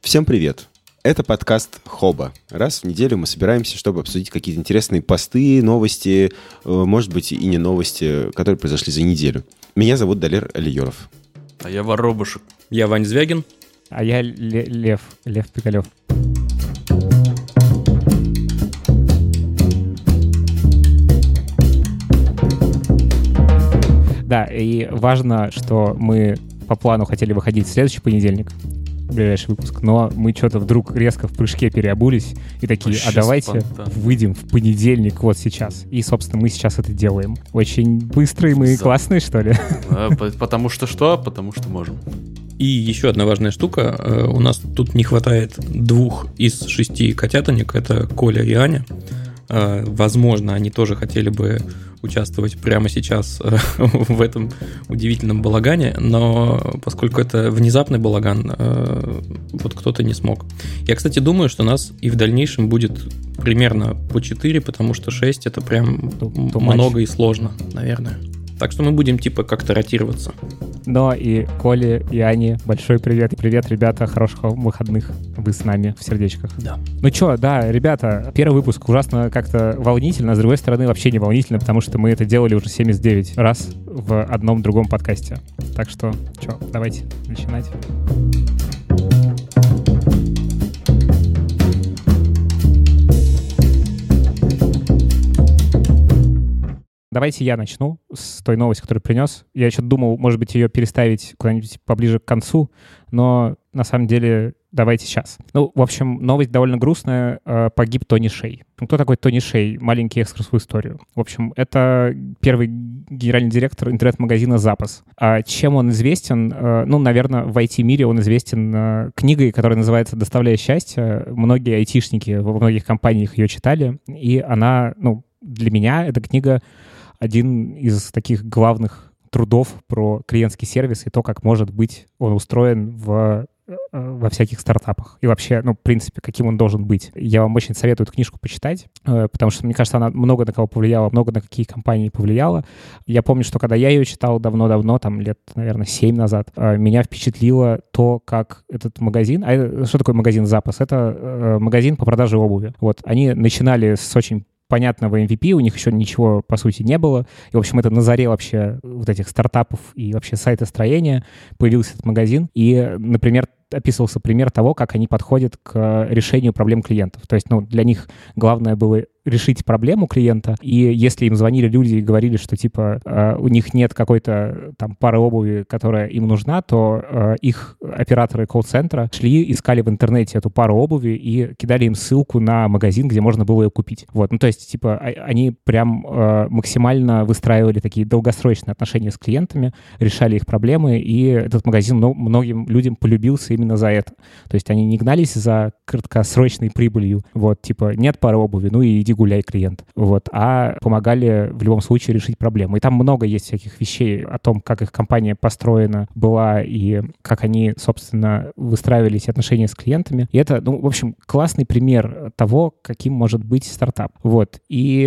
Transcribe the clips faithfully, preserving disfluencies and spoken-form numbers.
Всем привет! Это подкаст Хоба. Раз в неделю мы собираемся, чтобы обсудить какие-то интересные посты, новости, может быть, и не новости, которые произошли за неделю. Меня зовут Далер Алиеров. А я Воробушек. Я Вань Звягин. А я Л- Лев, Лев Пикалев. Да, и важно, что мы по плану хотели выходить в следующий понедельник, ближайший выпуск, но мы что-то вдруг резко в прыжке переобулись и такие, Вообще а давайте спонтанно. Выйдем в понедельник вот сейчас. И, собственно, мы сейчас это делаем. Очень быстрые мы и За... классные, что ли? А, потому что что? Потому что можем. И еще одна важная штука. У нас тут не хватает двух из шести котятонек. Это Коля и Аня. Возможно, они тоже хотели бы участвовать прямо сейчас в этом удивительном балагане, но поскольку это внезапный балаган, вот кто-то не смог. Я, кстати, думаю, что нас и в дальнейшем будет примерно по четыре, потому что шесть это прям много и сложно, наверное. Так что мы будем типа как-то ротироваться. Но и Коле, и Ане большой привет. Привет, ребята, хороших выходных. Вы с нами в сердечках. Да. Ну что, да, ребята, первый выпуск ужасно как-то волнительно, а с другой стороны вообще не волнительно, потому что мы это делали уже семьдесят девять раз в одном другом подкасте. Так что, что, давайте начинать. Давайте я начну с той новости, которую принес. Я еще думал, может быть, ее переставить куда-нибудь поближе к концу, но на самом деле давайте сейчас. Ну, в общем, новость довольно грустная. Погиб Тони Шей. Кто такой Тони Шей? Маленький экскурс в историю. В общем, это первый генеральный директор интернет-магазина «Запас». А чем он известен? Ну, наверное, в ай ти-мире он известен книгой, которая называется «Доставляя счастье». Многие айтишники во многих компаниях ее читали, и она, ну, для меня эта книга один из таких главных трудов про клиентский сервис и то, как может быть он устроен в, во всяких стартапах. И вообще, ну, в принципе, каким он должен быть. Я вам очень советую эту книжку почитать, потому что, мне кажется, она много на кого повлияла, много на какие компании повлияла. Я помню, что когда я ее читал давно-давно, там лет, наверное, семь назад, меня впечатлило то, как этот магазин... А что такое магазин «Запас»? Это магазин по продаже обуви. Вот, они начинали с очень понятного эм ви пи, у них еще ничего, по сути, не было. И, в общем, это на заре вообще вот этих стартапов и вообще сайтостроения появился этот магазин. И, например, описывался пример того, как они подходят к решению проблем клиентов. То есть, ну, для них главное было решить проблему клиента, и если им звонили люди и говорили, что, типа, э, у них нет какой-то там пары обуви, которая им нужна, то э, их операторы колл-центра шли, искали в интернете эту пару обуви и кидали им ссылку на магазин, где можно было ее купить. Вот, ну, то есть, типа, они прям э, максимально выстраивали такие долгосрочные отношения с клиентами, решали их проблемы, и этот магазин многим людям полюбился именно за это. То есть они не гнались за краткосрочной прибылью, вот, типа, нет пары обуви, ну и иди гуляй, клиент, вот, а помогали в любом случае решить проблему. И там много есть всяких вещей о том, как их компания построена была и как они, собственно, выстраивали эти отношения с клиентами. И это, ну, в общем, классный пример того, каким может быть стартап. Вот. И,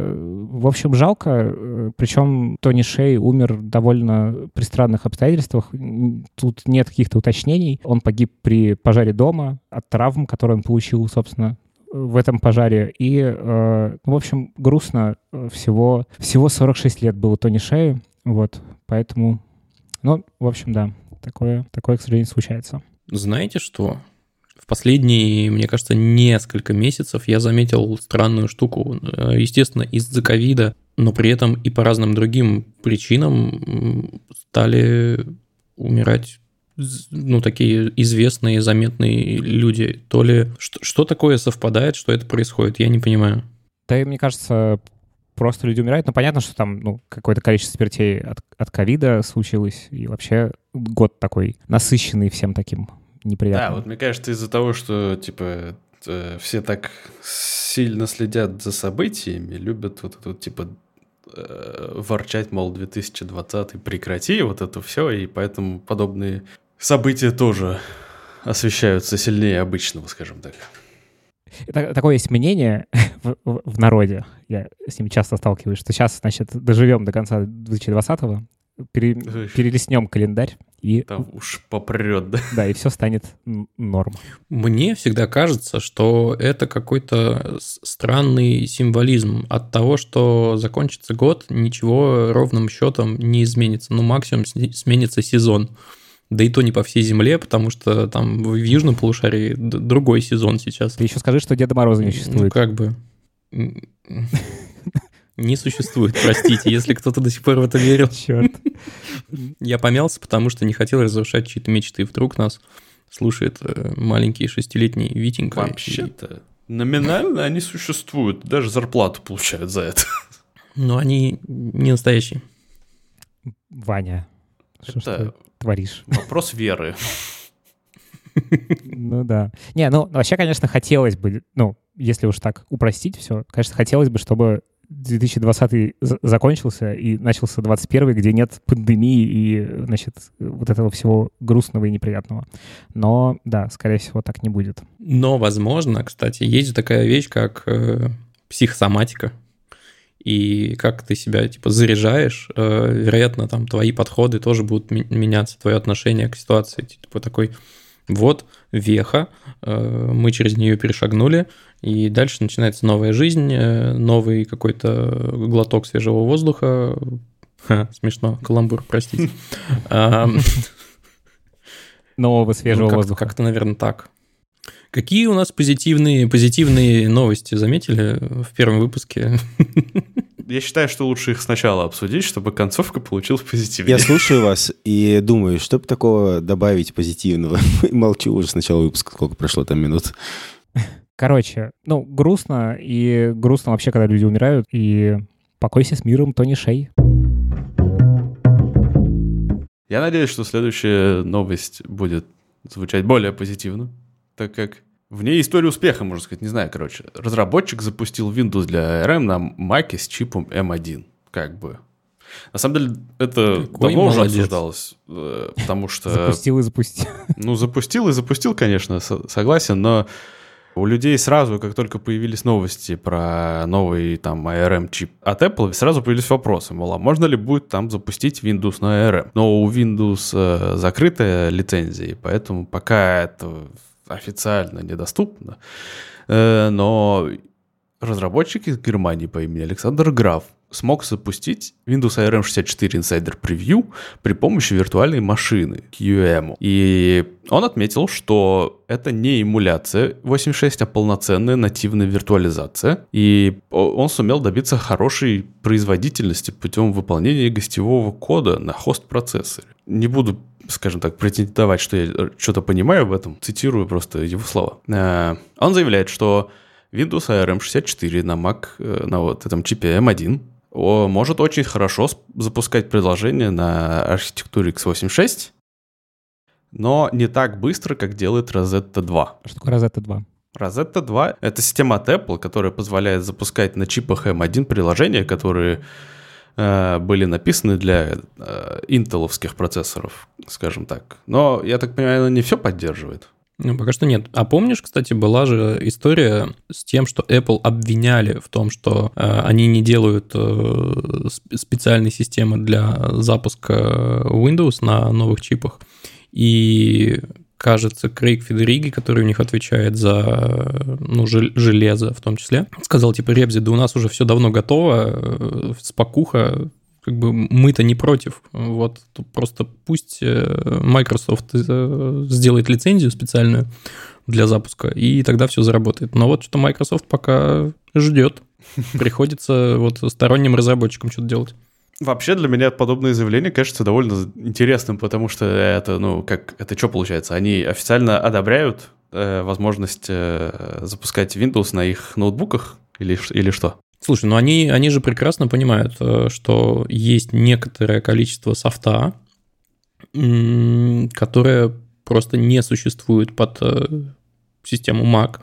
в общем, жалко, причем Тони Шей умер довольно при странных обстоятельствах. Тут нет каких-то уточнений. Он погиб при пожаре дома от травм, которые он получил, собственно, в этом пожаре. И, э, ну, в общем, грустно. Всего, всего сорок шесть лет было Тони Шею. Вот, поэтому... Ну, в общем, да, такое, такое, к сожалению, случается. Знаете что? В последние, мне кажется, несколько месяцев я заметил странную штуку. Естественно, из-за ковида, но при этом и по разным другим причинам стали умирать, ну, такие известные, заметные люди. То ли что, что такое совпадает, что это происходит, я не понимаю. Да, и мне кажется, просто люди умирают. Но понятно, что там, ну, какое-то количество смертей от, от ковида случилось. И вообще год такой насыщенный всем таким неприятным. Да, вот мне кажется, из-за того, что, типа, все так сильно следят за событиями, любят вот это вот, типа, ворчать, мол, две тысячи двадцатый прекрати вот это все, и поэтому подобные события тоже освещаются сильнее обычного, скажем так. Такое есть мнение в, в народе, я с ним часто сталкиваюсь, что сейчас, значит, доживем до конца две тысячи двадцатого, пере, перелистнем календарь. И, там уж попрет, да? Да, и все станет норм. Мне всегда кажется, что это какой-то странный символизм от того, что закончится год, ничего ровным счетом не изменится. Ну, максимум сменится сезон. Да и то не по всей земле, потому что там в южном полушарии другой сезон сейчас. Ты еще скажи, что Деда Мороза не существует. Ну, как бы... Не существует, простите, если кто-то до сих пор в это верил. Черт. Я помялся, потому что не хотел разрушать чьи-то мечты. Вдруг нас слушает маленький шестилетний Витенька. Вообще-то и... номинально они существуют. Даже зарплату получают за это. Но они не настоящие. Ваня, что это ты творишь? Вопрос веры. Ну да. Не, ну вообще, конечно, хотелось бы, ну, если уж так упростить все, конечно, хотелось бы, чтобы две тысячи двадцатый закончился и начался двадцать первый, где нет пандемии и, значит, вот этого всего грустного и неприятного. Но, да, скорее всего, так не будет. Но, возможно, кстати, есть такая вещь, как э, психосоматика. И как ты себя, типа, заряжаешь, э, вероятно, там, твои подходы тоже будут меняться, твое отношение к ситуации. Типа такой, вот, веха, э, мы через нее перешагнули, и дальше начинается новая жизнь, новый какой-то глоток свежего воздуха. Ха, смешно, каламбур, простите. Нового свежего воздуха. Как-то, наверное, так. Какие у нас позитивные, позитивные новости заметили в первом выпуске? Я считаю, что лучше их сначала обсудить, чтобы концовка получилась позитивнее. Я слушаю вас и думаю, что бы такого добавить позитивного. Молчу уже с начала выпуска, сколько прошло там минут. Короче, ну, грустно, и грустно вообще, когда люди умирают, и покойся с миром, Тони Шей. Я надеюсь, что следующая новость будет звучать более позитивно, так как в ней история успеха, можно сказать, не знаю, короче. Разработчик запустил Windows для эй ар эм на Mac с чипом эм один, как бы. На самом деле, это Какой давно молодец. уже обсуждалось, потому что... Запустил и запустил. Ну, запустил и запустил, конечно, согласен, но у людей сразу, как только появились новости про новый там эй ар эм-чип от Apple, сразу появились вопросы, мол, а можно ли будет там запустить Windows на эй ар эм? Но у Windows э, закрытая лицензия, поэтому пока это официально недоступно. Э, но разработчик из Германии по имени Александр Граф смог запустить Windows эй ар эм шестьдесят четыре Insider Preview при помощи виртуальной машины кью эм. И он отметил, что это не эмуляция восемьдесят шесть, а полноценная нативная виртуализация. И он сумел добиться хорошей производительности путем выполнения гостевого кода на хост-процессоре. Не буду, скажем так, претендовать, что я что-то понимаю в этом. Цитирую просто его слова. Он заявляет, что Windows эй ар эм шестьдесят четыре на Mac, на вот этом чипе эм один, может очень хорошо запускать приложение на архитектуре икс восемьдесят шесть, но не так быстро, как делает Rosetta два. Что такое Rosetta два? Rosetta два — это система от Apple, которая позволяет запускать на чипах эм один приложения, которые э, были написаны для э, интеловских процессоров, скажем так. Но, я так понимаю, она не все поддерживает. Ну, пока что нет. А помнишь, кстати, была же история с тем, что Apple обвиняли в том, что э, они не делают э, специальной системы для запуска Windows на новых чипах. И, кажется, Крейг Федериги, который у них отвечает за ну, железо в том числе, сказал, типа, ребзи, да у нас уже все давно готово, э, спокуха, как бы мы-то не против, вот просто пусть Microsoft сделает лицензию специальную для запуска, и тогда все заработает. Но вот что Microsoft пока ждет, приходится вот сторонним разработчикам что-то делать. Вообще для меня подобное заявление кажется довольно интересным, потому что это, ну, как, это что получается? Они официально одобряют э, возможность э, запускать Windows на их ноутбуках или, или что? Слушай, ну они, они же прекрасно понимают, что есть некоторое количество софта, которое просто не существует под систему Mac.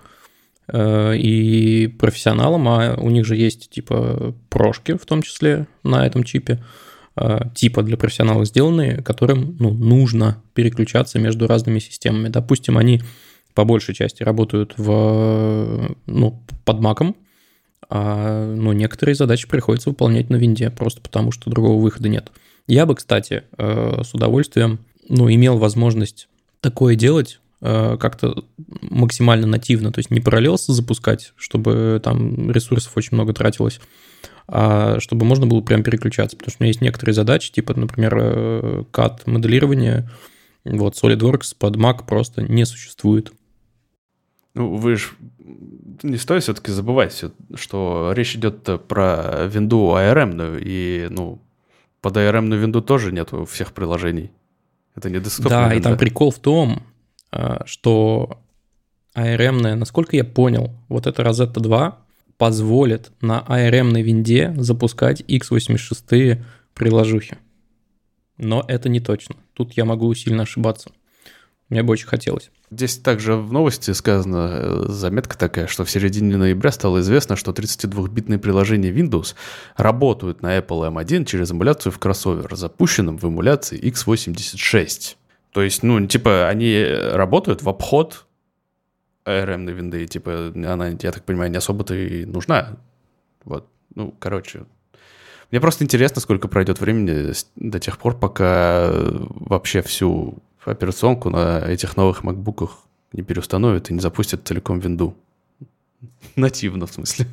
И профессионалам, а у них же есть типа прошки, в том числе на этом чипе, типа для профессионалов сделанные, которым ну, нужно переключаться между разными системами. Допустим, они по большей части работают в, ну, под Mac'ом, а ну, некоторые задачи приходится выполнять на винде, просто потому что другого выхода нет. Я бы, кстати, с удовольствием, ну, имел возможность такое делать как-то максимально нативно, то есть не параллелс запускать, чтобы там ресурсов очень много тратилось, а чтобы можно было прям переключаться, потому что у меня есть некоторые задачи, типа, например, кат-моделирование, вот, SolidWorks под Mac просто не существует. Ну, вы же не стоит все-таки забывать, что речь идет про винду эй ар эм, и, ну, под эй ар эм-ную винду тоже нет всех приложений. Это не десктопная Да, винда. И там прикол в том, что эй ар эм-ная, насколько я понял, вот эта Rosetta два позволит на эй ар эм-ной винде запускать икс восемьдесят шесть приложухи. Но это не точно. Тут я могу сильно ошибаться. Мне бы очень хотелось. Здесь также в новости сказано, заметка такая, что в середине ноября стало известно, что тридцатидвухбитные приложения Windows работают на Apple эм один через эмуляцию в кроссовер, запущенном в эмуляции икс восемьдесят шесть. То есть, ну, типа, они работают в обход эй ар эм-ной винды, типа, она, я так понимаю, не особо-то и нужна. Вот, ну, короче. Мне просто интересно, сколько пройдет времени до тех пор, пока вообще всю операционку на этих новых макбуках не переустановят и не запустят целиком винду. Нативно, в смысле.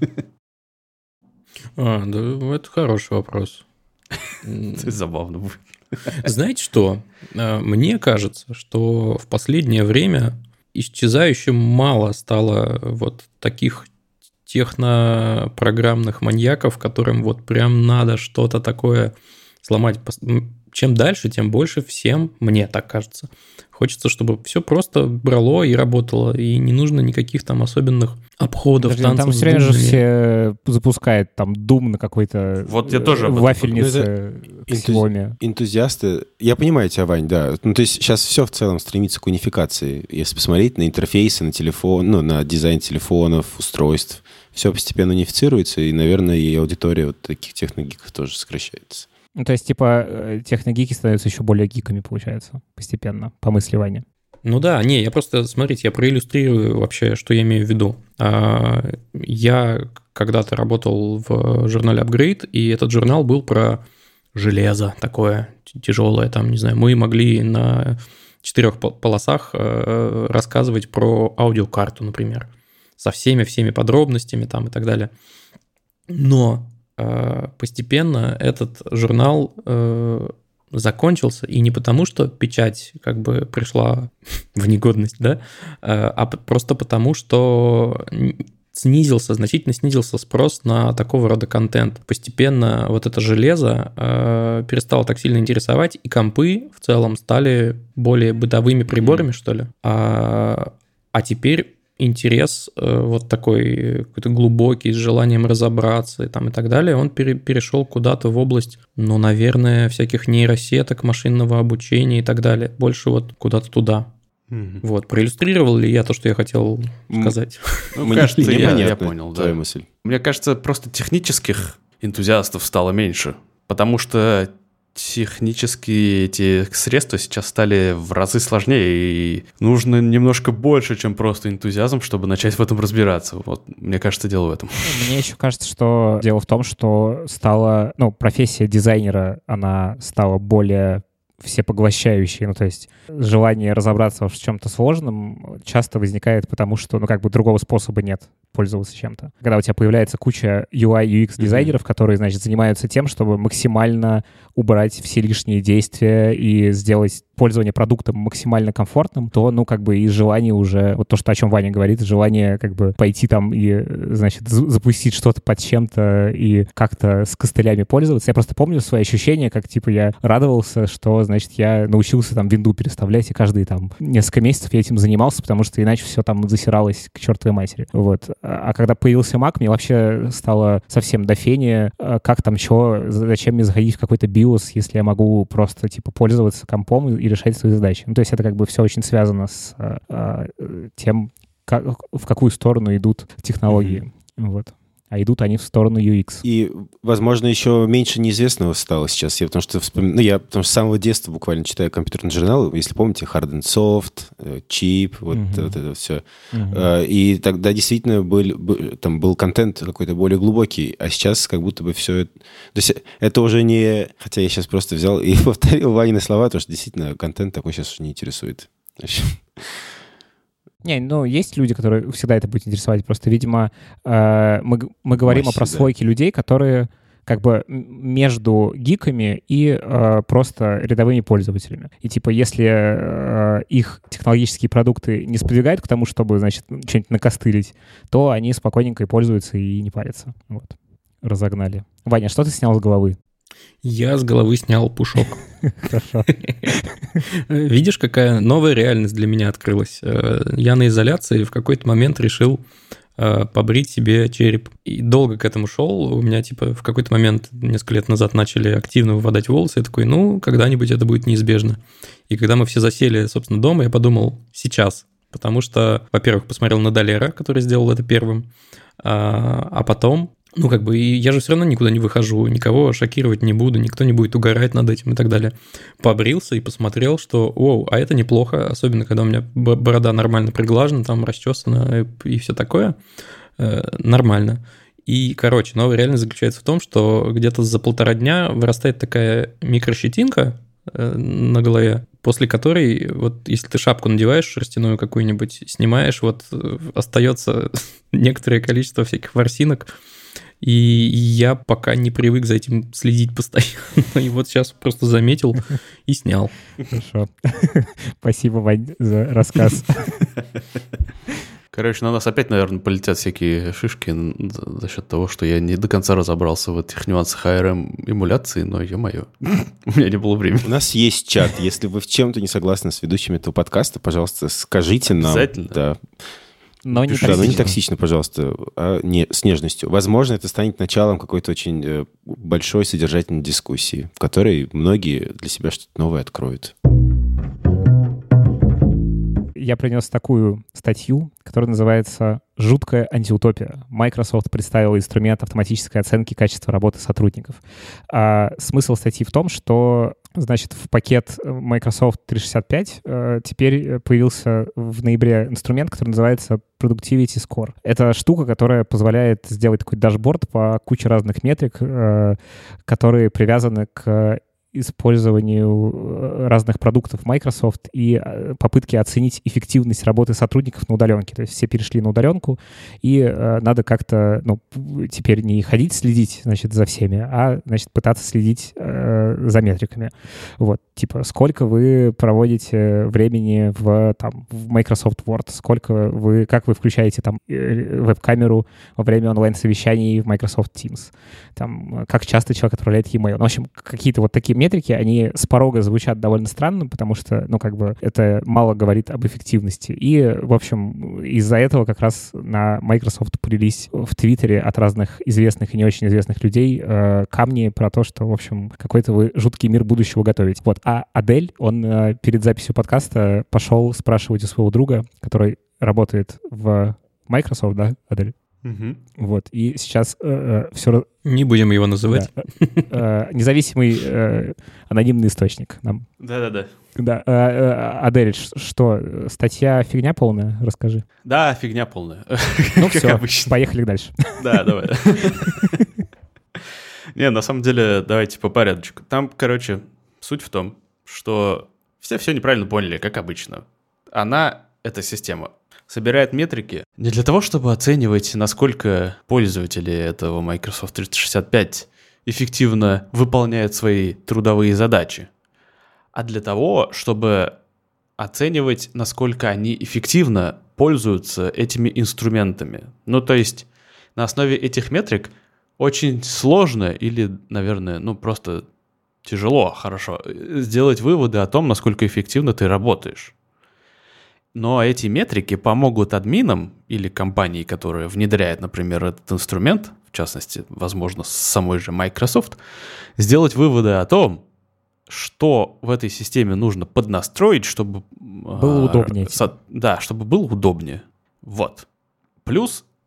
А, да, это хороший вопрос. Это забавно будет. Знаете что? Мне кажется, что в последнее время исчезающе мало стало вот таких технопрограммных маньяков, которым вот прям надо что-то такое сломать. Чем дальше, тем больше всем, мне так кажется, хочется, чтобы все просто брало и работало, и не нужно никаких там особенных обходов, Подожди, танцев там с все время же бубнами. все запускают там Doom на какой-то Вот я тоже об этом вафельнице Xiaomi. Энтузиасты... Я понимаю тебя, Вань, да. Ну, то есть сейчас все в целом стремится к унификации. Если посмотреть на интерфейсы, на телефон, ну, на дизайн телефонов, устройств, все постепенно унифицируется, и, наверное, и аудитория вот таких техногиков тоже сокращается. Ну, то есть, типа, техногики становятся еще более гиками, получается, постепенно, по мысли Вани. Ну да, не, я просто, смотрите, я проиллюстрирую вообще, что я имею в виду. Я когда-то работал в журнале Upgrade, и этот журнал был про железо такое тяжелое, там, не знаю, мы могли на четырех полосах рассказывать про аудиокарту, например, со всеми-всеми подробностями там и так далее. Но постепенно этот журнал э, закончился, и не потому, что печать как бы пришла в негодность, да, а просто потому, что снизился, значительно снизился спрос на такого рода контент. Постепенно вот это железо э, перестало так сильно интересовать, и компы в целом стали более бытовыми приборами, что ли. А, а теперь интерес э, вот такой какой-то глубокий, с желанием разобраться и, там, и так далее, он пере, перешел куда-то в область, ну, наверное, всяких нейросеток, машинного обучения и так далее. Больше вот куда-то туда. Mm-hmm. Вот, проиллюстрировал ли я то, что я хотел сказать? Ну, мне кажется, я, я понял, да. Мысль. Мне кажется, просто технических энтузиастов стало меньше, потому что технические эти средства сейчас стали в разы сложнее, и нужно немножко больше, чем просто энтузиазм, чтобы начать в этом разбираться. Вот, мне кажется, дело в этом. Мне еще кажется, что дело в том, что стала, ну, профессия дизайнера, она стала более всепоглощающей, ну, то есть желание разобраться в чем-то сложном часто возникает потому, что, ну, как бы другого способа нет пользоваться чем-то. Когда у тебя появляется куча ю ай ю экс дизайнеров, mm-hmm. которые, значит, занимаются тем, чтобы максимально убрать все лишние действия и сделать пользование продуктом максимально комфортным, то, ну, как бы и желание уже, вот то, что, о чем Ваня говорит, желание как бы пойти там и, значит, запустить что-то под чем-то и как-то с костылями пользоваться. Я просто помню свои ощущения, как, типа, я радовался, что, значит, я научился там винду переставлять, и каждые там несколько месяцев я этим занимался, потому что иначе все там засиралось к чертовой матери. Вот. А когда появился Mac, мне вообще стало совсем до фени, как там, что, зачем мне заходить в какой-то биос, если я могу просто, типа, пользоваться компом и решать свои задачи. Ну, то есть это как бы все очень связано с а, тем, как, в какую сторону идут технологии. Mm-hmm. Вот. а идут они в сторону ю экс. И, возможно, еще меньше неизвестного стало сейчас. Я потому что вспоминаю, ну, я потому что с самого детства буквально читаю компьютерный журнал, если помните, Hard and Soft, Chip, вот, uh-huh. вот это все. Uh-huh. И тогда действительно был, был, там был контент какой-то более глубокий, а сейчас как будто бы все... То есть это уже не... Хотя я сейчас просто взял и повторил Ванины слова, потому что действительно контент такой сейчас уже не интересует. Не, ну, есть люди, которые всегда это будет интересовать. Просто, видимо, э, мы, мы говорим Масси, о прослойке да. людей, которые как бы между гиками и э, просто рядовыми пользователями. И типа, если э, их технологические продукты не сподвигают к тому, чтобы, значит, что-нибудь накостылить, то они спокойненько и пользуются, и не парятся. Вот. Разогнали. Ваня, что ты снял с головы? Я с головы снял пушок. Хорошо. Видишь, какая новая реальность для меня открылась? Я на изоляции в какой-то момент решил побрить себе череп. И долго к этому шел. У меня, типа, в какой-то момент, несколько лет назад, начали активно выводать волосы. Я такой, ну, когда-нибудь это будет неизбежно. И когда мы все засели, собственно, дома, я подумал, сейчас. Потому что, во-первых, посмотрел на Долера, который сделал это первым. А потом... Ну, как бы, и я же все равно никуда не выхожу, никого шокировать не буду, никто не будет угорать над этим и так далее. Побрился и посмотрел, что, оу, а это неплохо, особенно когда у меня борода нормально приглажена, там расчесана и все такое, э, нормально. И, короче, новая реальность заключается в том, что где-то за полтора дня вырастает такая микрощетинка э, на голове, после которой, вот если ты шапку надеваешь шерстяную какую-нибудь, снимаешь, вот остается некоторое количество всяких ворсинок. И я пока не привык за этим следить постоянно. И вот сейчас просто заметил и снял. Хорошо. Спасибо, Вань, за рассказ. Короче, на нас опять, наверное, полетят всякие шишки за счет того, что я не до конца разобрался в этих нюансах эй ар эм-эмуляции, но, ё-моё, у меня не было времени. У нас есть чат. Если вы в чем-то не согласны с ведущими этого подкаста, пожалуйста, скажите нам. Обязательно. Да. Но не, да, но не токсично, пожалуйста, а не с нежностью. Возможно, это станет началом какой-то очень большой содержательной дискуссии, в которой многие для себя что-то новое откроют. Я принес такую статью, которая называется «Жуткая антиутопия». Microsoft представила инструмент автоматической оценки качества работы сотрудников. А смысл статьи в том, что, значит, в пакет Microsoft триста шестьдесят пять э, теперь появился в ноябре инструмент, который называется Productivity Score. Это штука, которая позволяет сделать такой дашборд по куче разных метрик, э, которые привязаны к использованию разных продуктов Microsoft и попытки оценить эффективность работы сотрудников на удаленке. То есть все перешли на удаленку, и э, надо как-то, ну, теперь не ходить следить, значит, за всеми, а, значит, пытаться следить э, за метриками. Вот, типа, сколько вы проводите времени в, там, в Microsoft Word, сколько вы, как вы включаете там веб-камеру во время онлайн-совещаний в Microsoft Teams, там, как часто человек отправляет e-mail. Ну, в общем, какие-то вот такие метрики, они с порога звучат довольно странно, потому что, ну, как бы, это мало говорит об эффективности. И, в общем, из-за этого как раз на Microsoft полились в Твиттере от разных известных и не очень известных людей э, камни про то, что, в общем, какой-то вы жуткий мир будущего готовите. Вот. А Адель, он э, перед записью подкаста пошел спрашивать у своего друга, который работает в Microsoft, да, Адель? Угу. Вот, и сейчас э, э, все... Не будем его называть. Да. Э, независимый э, анонимный источник нам. Да-да-да. Да. Э, э, Адель, что, статья фигня полная? Расскажи. Да, фигня полная. Ну все, поехали дальше. Да, давай. Не, на самом деле, давайте по порядочку. Там, короче, суть в том, что все все неправильно поняли, как обычно. Она, эта система, собирает метрики не для того, чтобы оценивать, насколько пользователи этого Microsoft триста шестьдесят пять эффективно выполняют свои трудовые задачи, а для того, чтобы оценивать, насколько они эффективно пользуются этими инструментами. Ну, то есть на основе этих метрик очень сложно или, наверное, ну просто тяжело, хорошо, сделать выводы о том, насколько эффективно ты работаешь. Но эти метрики помогут админам или компании, которая внедряет, например, этот инструмент, в частности, возможно, с самой же Microsoft, сделать выводы о том, что в этой системе нужно поднастроить, чтобы... Было удобнее. Со, да, чтобы было удобнее. Вот. Плюс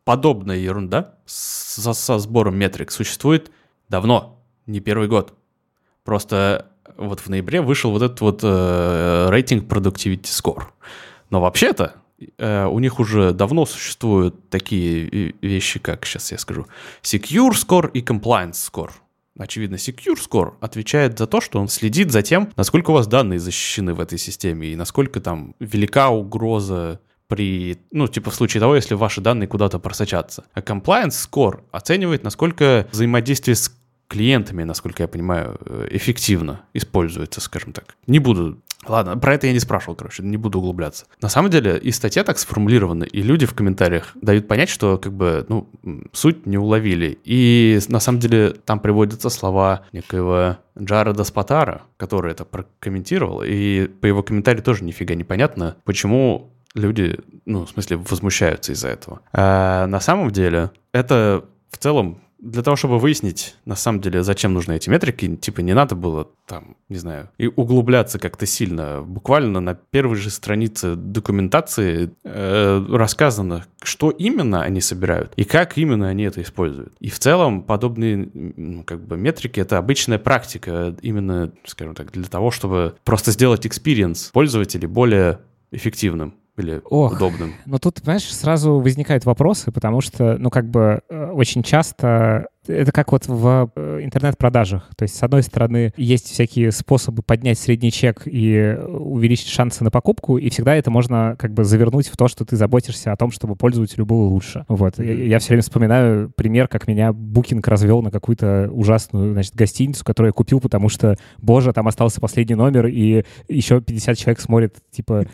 подобная ерунда со, со сбором метрик существует давно, не первый год. Просто вот в ноябре вышел вот этот вот э, рейтинг Productivity Score. Но вообще-то э, у них уже давно существуют такие вещи, как, сейчас я скажу, Secure Score и Compliance Score. Очевидно, Secure Score отвечает за то, что он следит за тем, насколько у вас данные защищены в этой системе и насколько там велика угроза при, ну, типа в случае того, если ваши данные куда-то просочатся. А Compliance Score оценивает, насколько взаимодействие с клиентами, насколько я понимаю, эффективно используется, скажем так. Не буду... Ладно, про это я не спрашивал, короче, не буду углубляться. На самом деле, и статья так сформулирована, и люди в комментариях дают понять, что, как бы, ну, суть не уловили. И, на самом деле, там приводятся слова некоего Джареда Спатара, который это прокомментировал, и по его комментарию тоже нифига не понятно, почему люди, ну, в смысле, возмущаются из-за этого. А на самом деле, это в целом для того, чтобы выяснить, на самом деле, зачем нужны эти метрики, типа, не надо было там, не знаю, и углубляться как-то сильно. Буквально на первой же странице документации э, рассказано, что именно они собирают и как именно они это используют. И в целом подобные, ну, как бы, метрики — это обычная практика именно, скажем так, для того, чтобы просто сделать экспириенс пользователей более эффективным или Ох, удобным. Но тут, понимаешь, сразу возникают вопросы, потому что, ну, как бы, очень часто это как вот в интернет-продажах. То есть, с одной стороны, есть всякие способы поднять средний чек и увеличить шансы на покупку, и всегда это можно как бы завернуть в то, что ты заботишься о том, чтобы пользователю было лучше. Вот. Mm-hmm. Я все время вспоминаю пример, как меня Booking развел на какую-то ужасную, значит, гостиницу, которую я купил, потому что, боже, там остался последний номер, и еще пятьдесят человек смотрят, типа...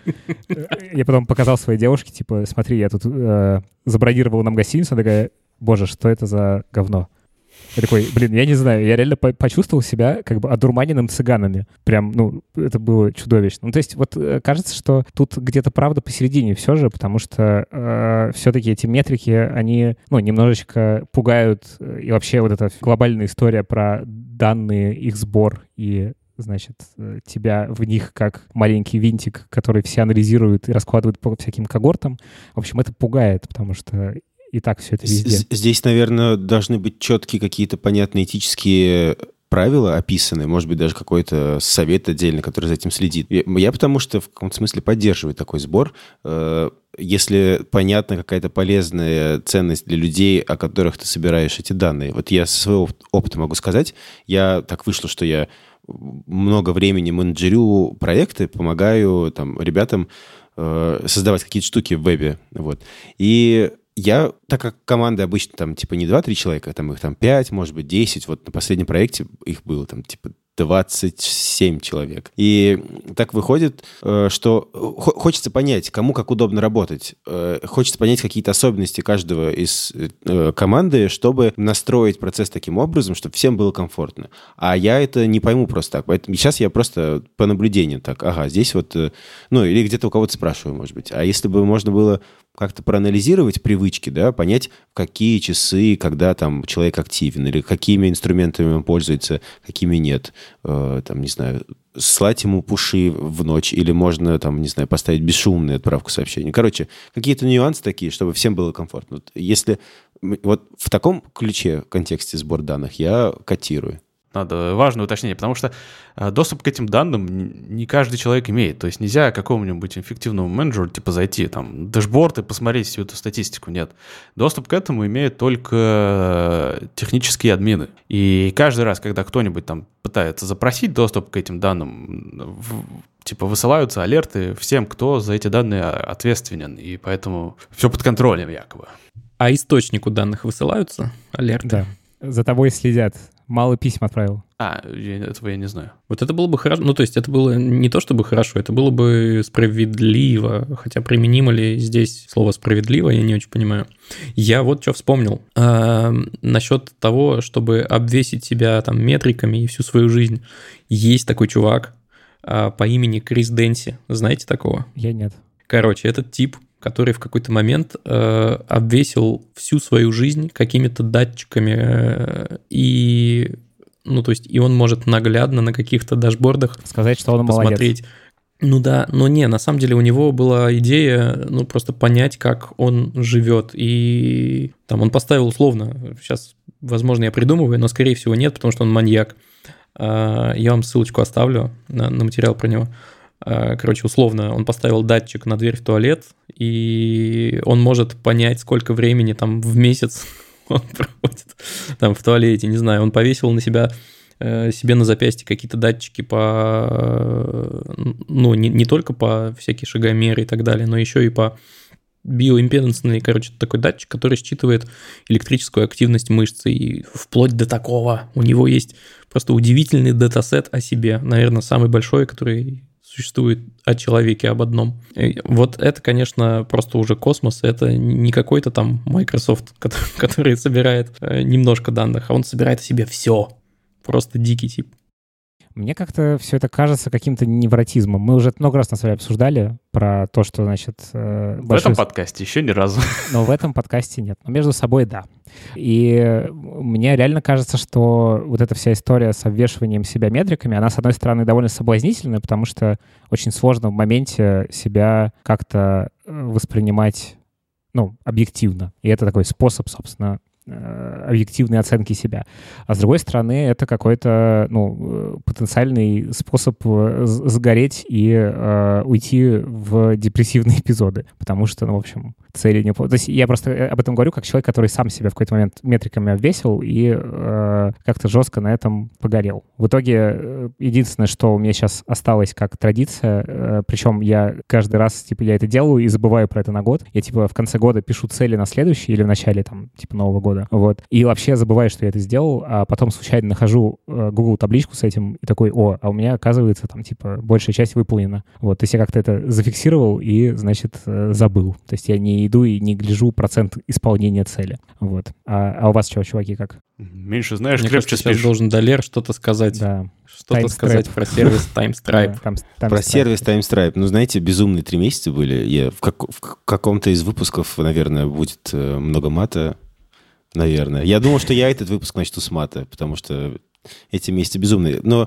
Я потом показал своей девушке, типа, смотри, я тут забронировал нам гостиницу, она такая, боже, что это за говно? Я такой, блин, я не знаю, я реально по- почувствовал себя как бы одурманенным цыганами. Прям, ну, это было чудовищно. Ну, то есть вот кажется, что тут где-то правда посередине все же, потому что э, все-таки эти метрики, они, ну, немножечко пугают. И вообще вот эта глобальная история про данные, их сбор и, значит, тебя в них как маленький винтик, который все анализируют и раскладывают по всяким когортам. В общем, это пугает, потому что и так все это везде. Здесь, наверное, должны быть четкие какие-то понятные этические правила описаны, может быть, даже какой-то совет отдельно, который за этим следит. Я потому что в каком-то смысле поддерживаю такой сбор. Если понятна какая-то полезная ценность для людей, о которых ты собираешь эти данные. Вот я со своего опыта могу сказать, я так вышло, что я много времени менеджерю проекты, помогаю там ребятам э, создавать какие-то штуки в вебе. Вот. И я, так как команды обычно там типа не два-три человека, там их там пять, может быть, десять, вот на последнем проекте их было там типа двадцать семь человек. И так выходит, что хочется понять, кому как удобно работать. Хочется понять какие-то особенности каждого из команды, чтобы настроить процесс таким образом, чтобы всем было комфортно. А я это не пойму просто так. Поэтому сейчас я просто по наблюдению так, ага, здесь вот, ну, или где-то у кого-то спрашиваю, может быть. А если бы можно было как-то проанализировать привычки, да, понять, в какие часы, когда там человек активен, или какими инструментами он пользуется, какими нет. Э, там, не знаю, слать ему пуши в ночь, или можно, там, не знаю, поставить бесшумную отправку сообщений. Короче, какие-то нюансы такие, чтобы всем было комфортно. Вот если вот в таком ключе, в контексте сбора данных, я котирую. Надо важное уточнение, потому что доступ к этим данным не каждый человек имеет. То есть нельзя какому-нибудь эффективному менеджеру типа зайти там в дэшборд и посмотреть всю эту статистику. Нет. Доступ к этому имеют только технические админы. И каждый раз, когда кто-нибудь там пытается запросить доступ к этим данным, в, типа высылаются алерты всем, кто за эти данные ответственен. И поэтому все под контролем якобы. А источнику данных высылаются алерты? Да. За тобой следят. Мало писем отправил. А, я, этого я не знаю. Вот это было бы хорошо. Ну, то есть это было не то чтобы хорошо, это было бы справедливо. Хотя применимо ли здесь слово «справедливо», я не очень понимаю. Я вот что вспомнил. А, насчет того, чтобы обвесить себя там метриками и всю свою жизнь. Есть такой чувак а, по имени Крис Денси. Знаете такого? Я нет. Короче, этот тип, который в какой-то момент э, обвесил всю свою жизнь какими-то датчиками, э, и, ну, то есть, и он может наглядно на каких-то дашбордах сказать, что он посмотреть, молодец. Ну да, но не, на самом деле у него была идея, ну, просто понять, как он живет. И там он поставил условно, сейчас, возможно, я придумываю, но, скорее всего, нет, потому что он маньяк. Я вам ссылочку оставлю на, на материал про него. Короче, условно, он поставил датчик на дверь в туалет, и он может понять, сколько времени там в месяц он проводит там в туалете, не знаю. Он повесил на себя... себе на запястье какие-то датчики по, ну, не, не только по всякие шагомеры и так далее, но еще и по биоимпедансный, короче, такой датчик, который считывает электрическую активность мышцы, и вплоть до такого у него есть просто удивительный датасет о себе, наверное, самый большой, который существует о человеке, об одном. И вот это, конечно, просто уже космос, это не какой-то там Microsoft, который, который собирает немножко данных, а он собирает о себе все. Просто дикий тип. Мне как-то все это кажется каким-то невротизмом. Мы уже много раз на самом деле обсуждали про то, что, значит... В большой... этом подкасте еще ни разу. Но в этом подкасте нет. Но между собой да. И мне реально кажется, что вот эта вся история с обвешиванием себя метриками, она, с одной стороны, довольно соблазнительная, потому что очень сложно в моменте себя как-то воспринимать, ну, объективно. И это такой способ, собственно, объективной оценки себя. А с другой стороны, это какой-то, ну, потенциальный способ сгореть и э, уйти в депрессивные эпизоды. Потому что, ну, в общем, цели не... То есть я просто об этом говорю как человек, который сам себя в какой-то момент метриками обвесил и э, как-то жестко на этом погорел. В итоге единственное, что у меня сейчас осталось как традиция, э, причем я каждый раз, типа, я это делаю и забываю про это на год. Я, типа, в конце года пишу цели на следующий или в начале, там, типа, Нового года. Вот. И вообще забываю, что я это сделал, а потом случайно нахожу э, Google табличку с этим и такой, о, а у меня, оказывается, там, типа, большая часть выполнена. Вот. То есть я как-то это зафиксировал и, значит, э, забыл. То есть я не иду и не гляжу процент исполнения цели. Вот. А, а у вас что, чуваки, как? Меньше знаешь, Мне крепче кажется, спишь. Сейчас должен Далер что-то сказать. Да. Что-то сказать про сервис TimeStripe. Да, time, про сервис TimeStripe. Ну, знаете, безумные три месяца были. Я в, как, в каком-то из выпусков, наверное, будет э, много мата. Наверное. Я думал, что я этот выпуск начну с мата, потому что эти месяцы безумные. Но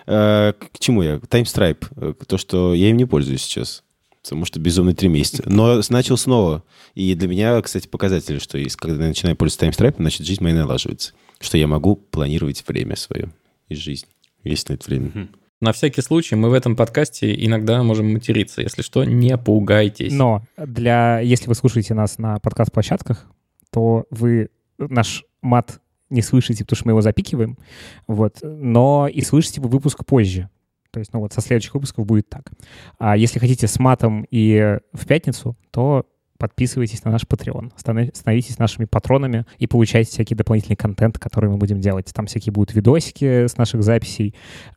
э, к чему я? TimeStripe. То, что я им не пользуюсь сейчас. Потому что безумные три месяца. Но начал снова. И для меня, кстати, показатель, что если, когда я начинаю пользоваться TimeStripe, значит, жизнь моя налаживается. Что я могу планировать время свое из жизни. Есть на это время. На всякий случай мы в этом подкасте иногда можем материться. Если что, не пугайтесь. Но для, если вы слушаете нас на подкаст-площадках, то вы наш мат не слышите, потому что мы его запикиваем, вот, но и слышите вы выпуск позже. То есть, ну вот, со следующих выпусков будет так. А если хотите с матом и в пятницу, то подписывайтесь на наш Patreon, становитесь нашими патронами и получайте всякий дополнительный контент, который мы будем делать. Там всякие будут видосики с наших записей,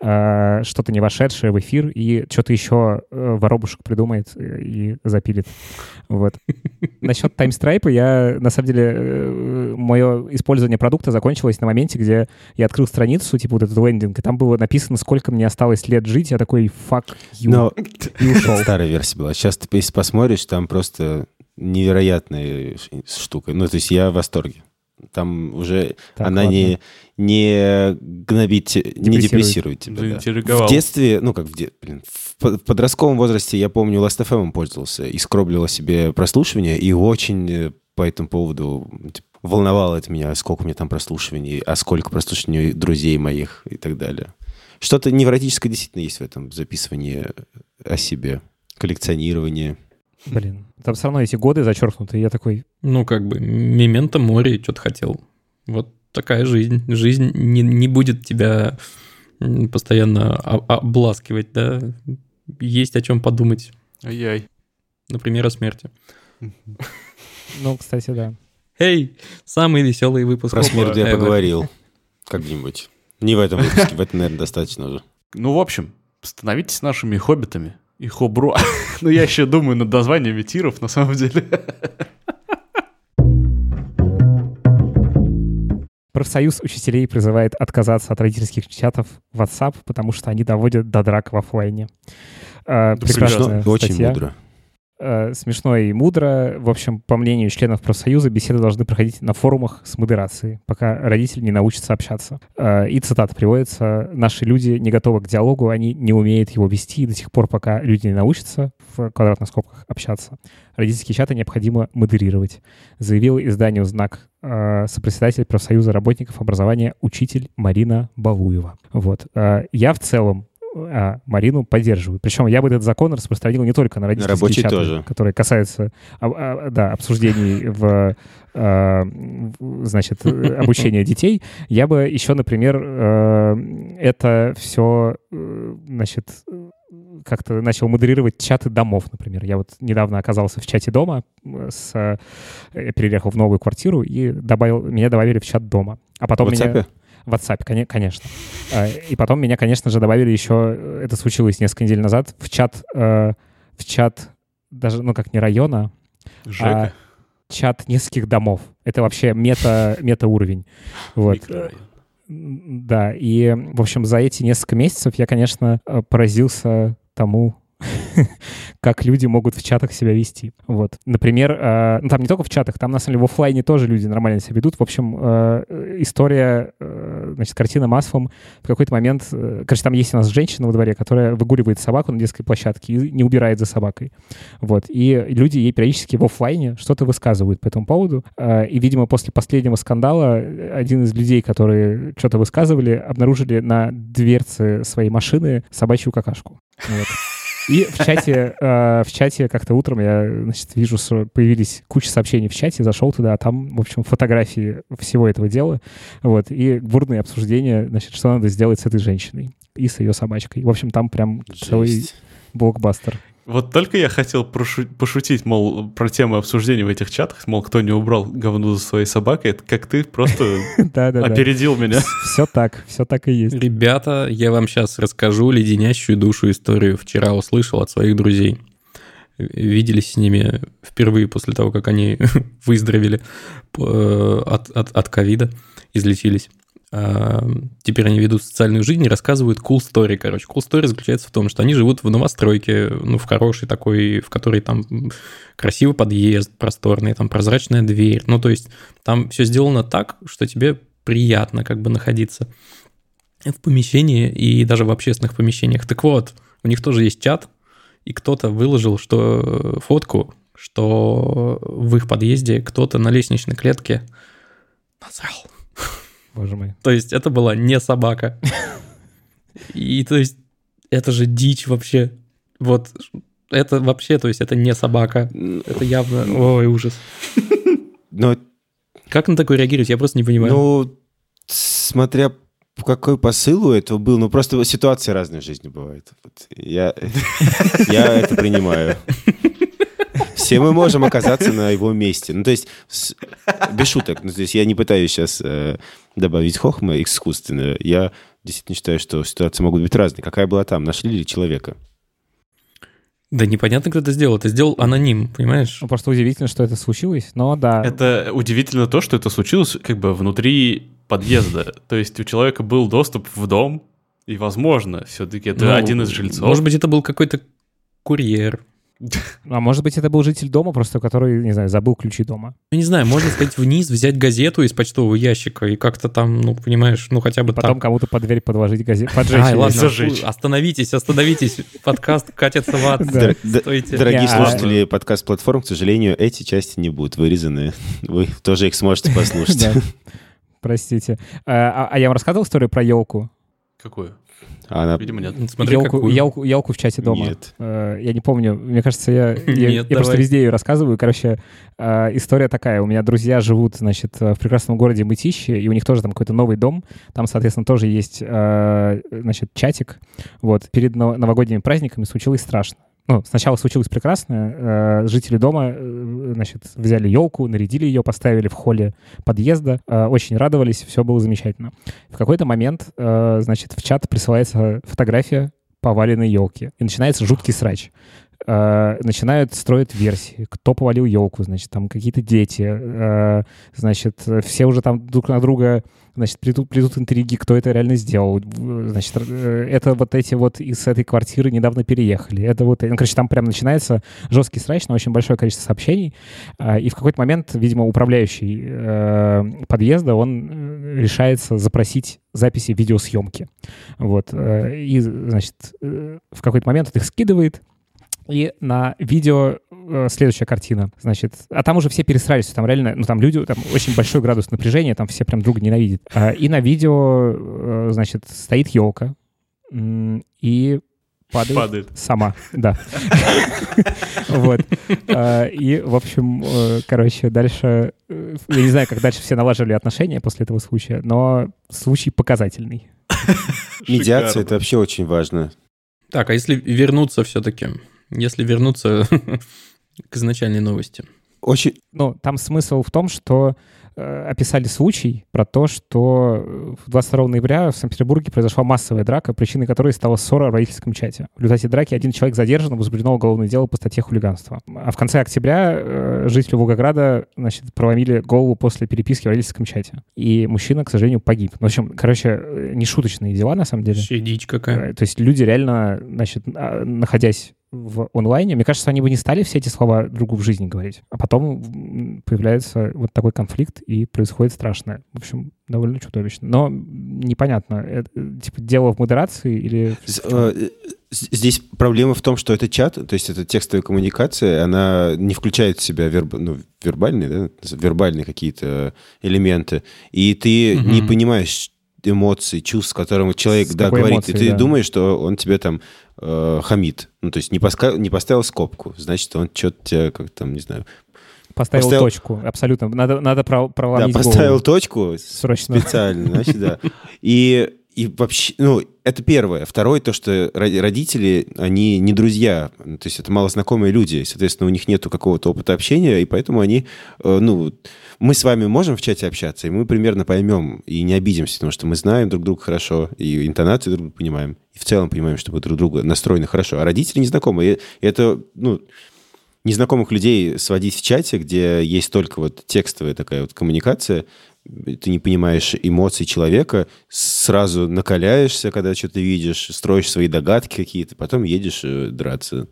э, что-то не вошедшее в эфир, и что-то еще э, воробушек придумает и запилит. Вот. Насчет TimeStripe я, на самом деле, э, мое использование продукта закончилось на моменте, где я открыл страницу, типа вот этот лендинг, и там было написано, сколько мне осталось лет жить. Я такой, fuck you. Но и ушел. Старая версия была. Сейчас ты, если посмотришь, там просто... невероятная штука. Ну, то есть я в восторге. Там уже так, она не, не гнобит, не депрессирует тебя. Да. В детстве, ну, как в детстве, блин, в подростковом возрасте, я помню, ласт эф эм пользовался и скроблил себе прослушивание, и очень по этому поводу типа, волновало это меня, сколько у меня там прослушиваний, а сколько прослушиваний друзей моих и так далее. Что-то невротическое действительно есть в этом записывании о себе, коллекционирование. Блин, там все равно эти годы зачеркнуты, и я такой... Ну, как бы, мементо море, что-то хотел. Вот такая жизнь. Жизнь не, не будет тебя постоянно обласкивать, да? Есть о чем подумать. Ай-яй. Например, о смерти. Ну, кстати, да. Эй, самый веселый выпуск. Про смерть я поговорил как-нибудь. Не в этом выпуске, в этом, наверное, достаточно уже. Ну, в общем, становитесь нашими хоббитами. И хобро. Ну, я еще думаю над названиями тиров, на самом деле. Профсоюз учителей призывает отказаться от родительских чатов в WhatsApp, потому что они доводят до драк в офлайне. Прекрасная статья. Очень мудро. Э, смешно и мудро. В общем, по мнению членов профсоюза, беседы должны проходить на форумах с модерацией, пока родители не научатся общаться. Э, и цитата приводится: «Наши люди не готовы к диалогу, они не умеют его вести, и до тех пор, пока люди не научатся в квадратных скобках общаться, родительские чаты необходимо модерировать», заявил изданию «Знак» э, сопредседатель профсоюза работников образования учитель Марина Балуева. Вот. Э, я в целом А, Марину поддерживаю. Причем я бы этот закон распространил не только на родительские на чаты, тоже. которые касаются а, а, да, обсуждений в, а, в значит, обучения детей. Я бы еще, например, а, это все значит, как-то начал модерировать чаты домов, например. Я вот недавно оказался в чате дома, с, я переехал в новую квартиру и добавил, меня добавили в чат дома. А потом В WhatsApp? меня... В WhatsApp, конечно. И потом меня, конечно же, добавили еще, это случилось несколько недель назад, в чат, в чат даже, ну как не района, Жека. а чат нескольких домов. Это вообще мета, мета-уровень. Вот. Да, и, в общем, за эти несколько месяцев я, конечно, поразился тому, как люди могут в чатах себя вести. Вот. Например, э, ну там не только в чатах, там на самом деле в офлайне тоже люди нормально себя ведут. В общем, э, история, э, значит, картина маслом. В какой-то момент, э, короче, там есть у нас женщина во дворе, которая выгуливает собаку на детской площадке и не убирает за собакой. Вот. И люди ей периодически в офлайне что-то высказывают по этому поводу. Э, и, видимо, после последнего скандала один из людей, которые что-то высказывали, обнаружили на дверце своей машины собачью какашку. Вот. И в чате, э, в чате как-то утром я, значит, вижу, что появились куча сообщений в чате, зашел туда, а там, в общем, фотографии всего этого дела, вот, и бурные обсуждения, значит, что надо сделать с этой женщиной и с ее собачкой. В общем, там прям Жесть. целый блокбастер. Вот только я хотел прошу- пошутить, мол, про тему обсуждений в этих чатах, мол, кто не убрал говно за своей собакой, это как ты просто опередил меня. Все так, все так и есть. Ребята, я вам сейчас расскажу леденящую душу историю. Вчера услышал от своих друзей. Виделись с ними впервые после того, как они выздоровели от, от, от ковида, излечились. Теперь они ведут социальную жизнь и рассказывают cool story, короче. Cool story заключается в том, что они живут в новостройке, ну, в хорошей такой, в которой там красивый подъезд, просторный, там прозрачная дверь. Ну, то есть там все сделано так, что тебе приятно как бы находиться в помещении и даже в общественных помещениях. Так вот, у них тоже есть чат, и кто-то выложил что, фотку, что в их подъезде кто-то на лестничной клетке насрал. Боже мой. То есть это была не собака. И то есть это же дичь вообще. Вот это вообще, то есть это не собака. Это явно... Ой, ужас. Но, как на такое реагировать? Я просто не понимаю. ну, смотря по какой посыл у этого был, ну, просто ситуации разные в жизни бывают. Вот я, я это принимаю. Все мы можем оказаться на его месте. Ну, то есть, с, без шуток. Ну, то есть, я не пытаюсь сейчас э, добавить хохма искусственно. Я действительно считаю, что ситуации могут быть разные. Какая была там? Нашли ли человека? Да непонятно, кто это сделал. Это сделал аноним, понимаешь? Ну, просто удивительно, что это случилось, но да. Это удивительно то, что это случилось как бы внутри подъезда. То есть у человека был доступ в дом, и, возможно, все-таки это Ну, один из жильцов. Может быть, это был какой-то курьер. А может быть, это был житель дома, просто который, не знаю, забыл ключи дома. Я не знаю, можно сказать вниз, взять газету из почтового ящика и как-то там, ну, понимаешь, ну, хотя бы Потом там. кому-то под дверь подложить газету, поджечь. Ай, её. ладно, зажечь. остановитесь, остановитесь. Подкаст катится в ад. Дор- д- Стойте. Дорогие Я- слушатели подкаст-платформ, к сожалению, эти части не будут вырезаны. Вы тоже их сможете послушать. Да. Простите. А а я вам рассказывал историю про елку? Какую? Она... Видимо, нет. Смотри, Елку, какую. елку, елку в чате дома. Нет. Э, Я не помню, мне кажется, я, я, Нет, я просто давай. везде ее рассказываю. Короче, э, история такая. У меня друзья живут, значит, в прекрасном городе Мытищи, и у них тоже там какой-то новый дом. Там, соответственно, тоже есть, э, значит, чатик. Вот. Перед но- новогодними праздниками случилось страшно. Ну, сначала случилось прекрасно. Э, Жители дома, э, значит, взяли елку, нарядили ее, поставили в холле подъезда. Э, Очень радовались, все было замечательно. В какой-то момент, э, значит, в чат присылается фотография поваленной елки. И начинается жуткий срач. э, начинают строить версии. Кто повалил елку, значит, там какие-то дети. Э, значит, все уже там друг на друга, значит, плетут, плетут интриги, кто это реально сделал. Значит, э, это вот эти вот из этой квартиры недавно переехали. Это вот, ну, короче, там прям начинается жесткий срач на очень большое количество сообщений. Э, и в какой-то момент, видимо, управляющий э, подъезда, он решается запросить записи видеосъемки. Вот. И, значит, в какой-то момент он их скидывает, и на видео следующая картина, значит, а там уже все пересрались, там реально, ну, там люди, там очень большой градус напряжения, там все прям друга ненавидят. И на видео, значит, стоит елка, и падает, падает. Сама, да. Вот. И, в общем, короче, дальше... Я не знаю, как дальше все налаживали отношения после этого случая, но случай показательный. Медиация — это вообще очень важно. Так, а если вернуться все-таки? Если вернуться к изначальной новости? Очень... Ну, там смысл в том, что э, описали случай про то, что двадцать второго ноября в Санкт-Петербурге произошла массовая драка, причиной которой стала ссора в родительском чате. В результате драки один человек задержан, возбуждено уголовное дело по статье хулиганства. А в конце октября э, жители Волгограда, значит, проломили голову после переписки в родительском чате. И мужчина, к сожалению, погиб. Ну, в общем, короче, нешуточные дела, на самом деле. Вообще дичь какая. Э, то есть люди реально, значит, находясь в онлайне, мне кажется, они бы не стали все эти слова другу в жизни говорить. А потом появляется вот такой конфликт, и происходит страшное. В общем, довольно чудовищно. Но непонятно, это, типа, дело в модерации или... Здесь проблема в том, что это чат, то есть это текстовая коммуникация, она не включает в себя верб... ну, вербальные, да? вербальные какие-то элементы, и ты угу. не понимаешь эмоций, чувств, с которыми человек да, говорит, эмоции, и ты да. думаешь, что он тебе там э, хамит. Ну, то есть не, поска... не поставил скобку, значит, он что-то тебя, как там, не знаю... Поставил, поставил... точку, абсолютно. Надо, надо проломить Да, поставил голову. точку срочно. Специально, значит, да. И, и вообще, ну, это первое. Второе, то, что родители, они не друзья, то есть это малознакомые люди, соответственно, у них нету какого-то опыта общения, и поэтому они, ну... Мы с вами можем в чате общаться, и мы примерно поймем и не обидимся, потому что мы знаем друг друга хорошо, и интонацию друг друга понимаем, и в целом понимаем, что мы друг друга настроены хорошо. А родители незнакомые. И это, ну, незнакомых людей сводить в чате, где есть только вот текстовая такая вот коммуникация, ты не понимаешь эмоций человека, сразу накаляешься, когда что-то видишь, строишь свои догадки какие-то, потом едешь драться.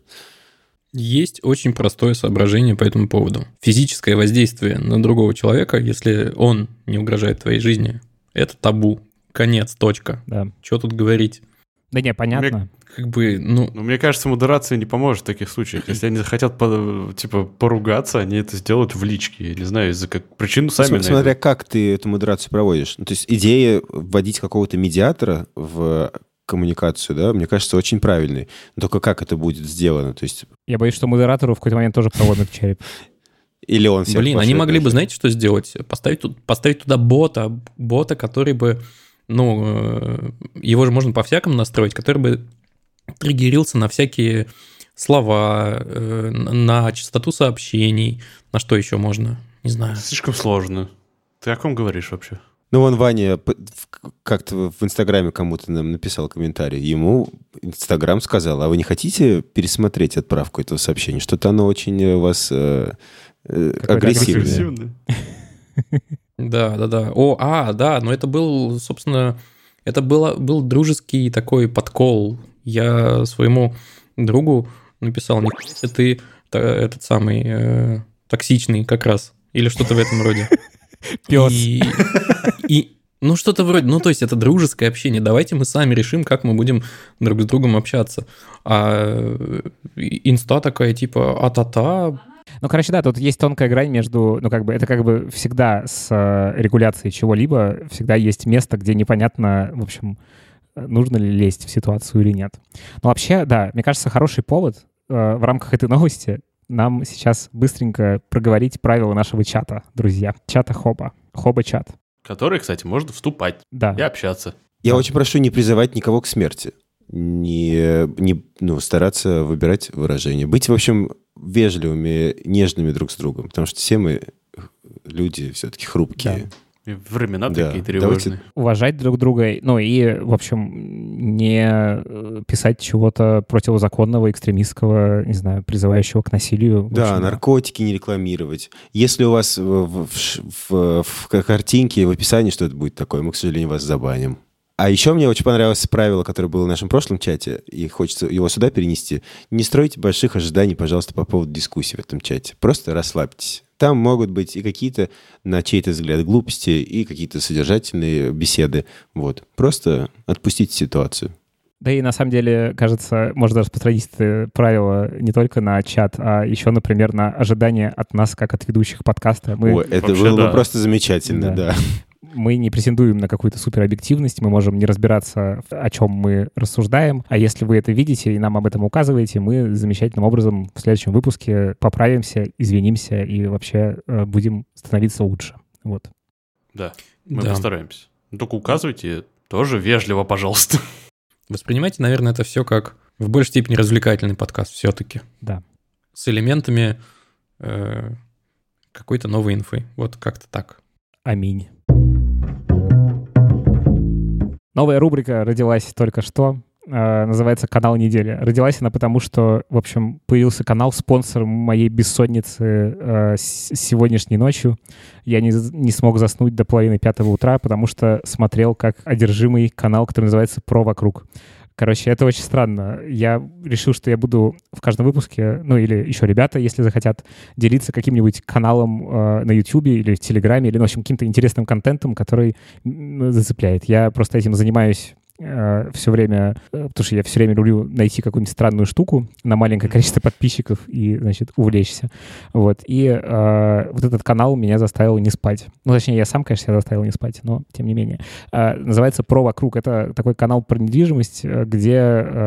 Есть очень простое соображение по этому поводу. Физическое воздействие на другого человека, если он не угрожает твоей жизни, это табу. Конец, точка. Да. Что тут говорить? Да не, понятно. Мне, как бы, ну... Но мне кажется, модерация не поможет в таких случаях. Если они захотят, типа, поругаться, они это сделают в личке. Я не знаю, из-за как причину сами найдут. Смотря как ты эту модерацию проводишь. Ну, то есть идея вводить какого-то медиатора в... коммуникацию, да, мне кажется, очень правильный. Но только как это будет сделано? То есть... Я боюсь, что модератору в какой-то момент тоже проломят череп. Или он всех Блин, они могли бы, знаете, что сделать? Поставить, тут, поставить туда бота, бота, который бы, ну, его же можно по-всякому настроить, который бы триггерился на всякие слова, на частоту сообщений, на что еще можно, не знаю. Слишком сложно. Ты о ком говоришь вообще? Ну, вон Ваня как-то в Инстаграме кому-то нам написал комментарий. Ему Инстаграм сказал, а вы не хотите пересмотреть отправку этого сообщения? Что-то оно очень у вас э, э, агрессивное. Да, да, да. О, а, да, но это был, собственно, это было, был дружеский такой подкол. Я своему другу написал, не ты этот самый э, токсичный как раз, или что-то в этом роде. Пес. И, и, ну, что-то вроде... Ну, то есть, это дружеское общение. Давайте мы сами решим, как мы будем друг с другом общаться. А инста такая, типа, а-та-та... Ну, короче, да, тут есть тонкая грань между... Ну, как бы, это как бы всегда с регуляцией чего-либо, всегда есть место, где непонятно, в общем, нужно ли лезть в ситуацию или нет. Но вообще, да, мне кажется, хороший повод э, в рамках этой новости нам сейчас быстренько проговорить правила нашего чата, друзья. Чата Хоба. Хоба-чат. Который, кстати, можно вступать да. и общаться. Я да. очень прошу не призывать никого к смерти. Не, не ну, стараться выбирать выражения. Быть, в общем, вежливыми, нежными друг с другом. Потому что все мы люди все-таки хрупкие. Да. И времена Да, такие тревожные. давайте- Уважать друг друга, ну и, в общем, не э, писать чего-то противозаконного, экстремистского, не знаю, призывающего к насилию. В Да, общем, наркотики не рекламировать. Если у вас в, в- в ш- в- в картинке, в описании что-то будет такое, мы, к сожалению, вас забаним. А еще мне очень понравилось правило, которое было в нашем прошлом чате, и хочется его сюда перенести. Не стройте больших ожиданий, пожалуйста, по поводу дискуссий в этом чате. Просто расслабьтесь. Там могут быть и какие-то, на чей-то взгляд, глупости, и какие-то содержательные беседы. Вот. Просто отпустите ситуацию. Да и на самом деле, кажется, можно распространить это правило не только на чат, а еще, например, на ожидания от нас, как от ведущих подкаста. Мы, Ой, это Вообще, было бы да. просто замечательно, Да. да. мы не претендуем на какую-то суперобъективность, мы можем не разбираться, о чем мы рассуждаем, а если вы это видите и нам об этом указываете, мы замечательным образом в следующем выпуске поправимся, извинимся и вообще э, будем становиться лучше. Вот. Да, мы Да. постараемся. Ну, только указывайте тоже вежливо, пожалуйста. Воспринимайте, наверное, это все как в большей степени развлекательный подкаст все-таки. Да. С элементами э, какой-то новой инфы. Вот как-то так. Аминь. Новая рубрика родилась только что. Э, называется «Канал недели». Родилась она потому, что, в общем, появился канал, спонсор моей бессонницы э, с- сегодняшней ночью. Я не, не смог заснуть до половины пятого утра, потому что смотрел как одержимый канал, который называется «Про вокруг». Короче, это очень странно. Я решил, что я буду в каждом выпуске, ну или еще ребята, если захотят, делиться каким-нибудь каналом э, на YouTube или в Телеграме, или, ну, в общем, каким-то интересным контентом, который м, зацепляет. Я просто этим занимаюсь все время, э, потому что я все время люблю найти какую-нибудь странную штуку на маленькое количество подписчиков и, значит, увлечься. Вот. И э, вот этот канал меня заставил не спать. Ну, точнее, я сам, конечно, себя заставил не спать, но тем не менее. Э, называется «Про вокруг». Это такой канал про недвижимость, э, где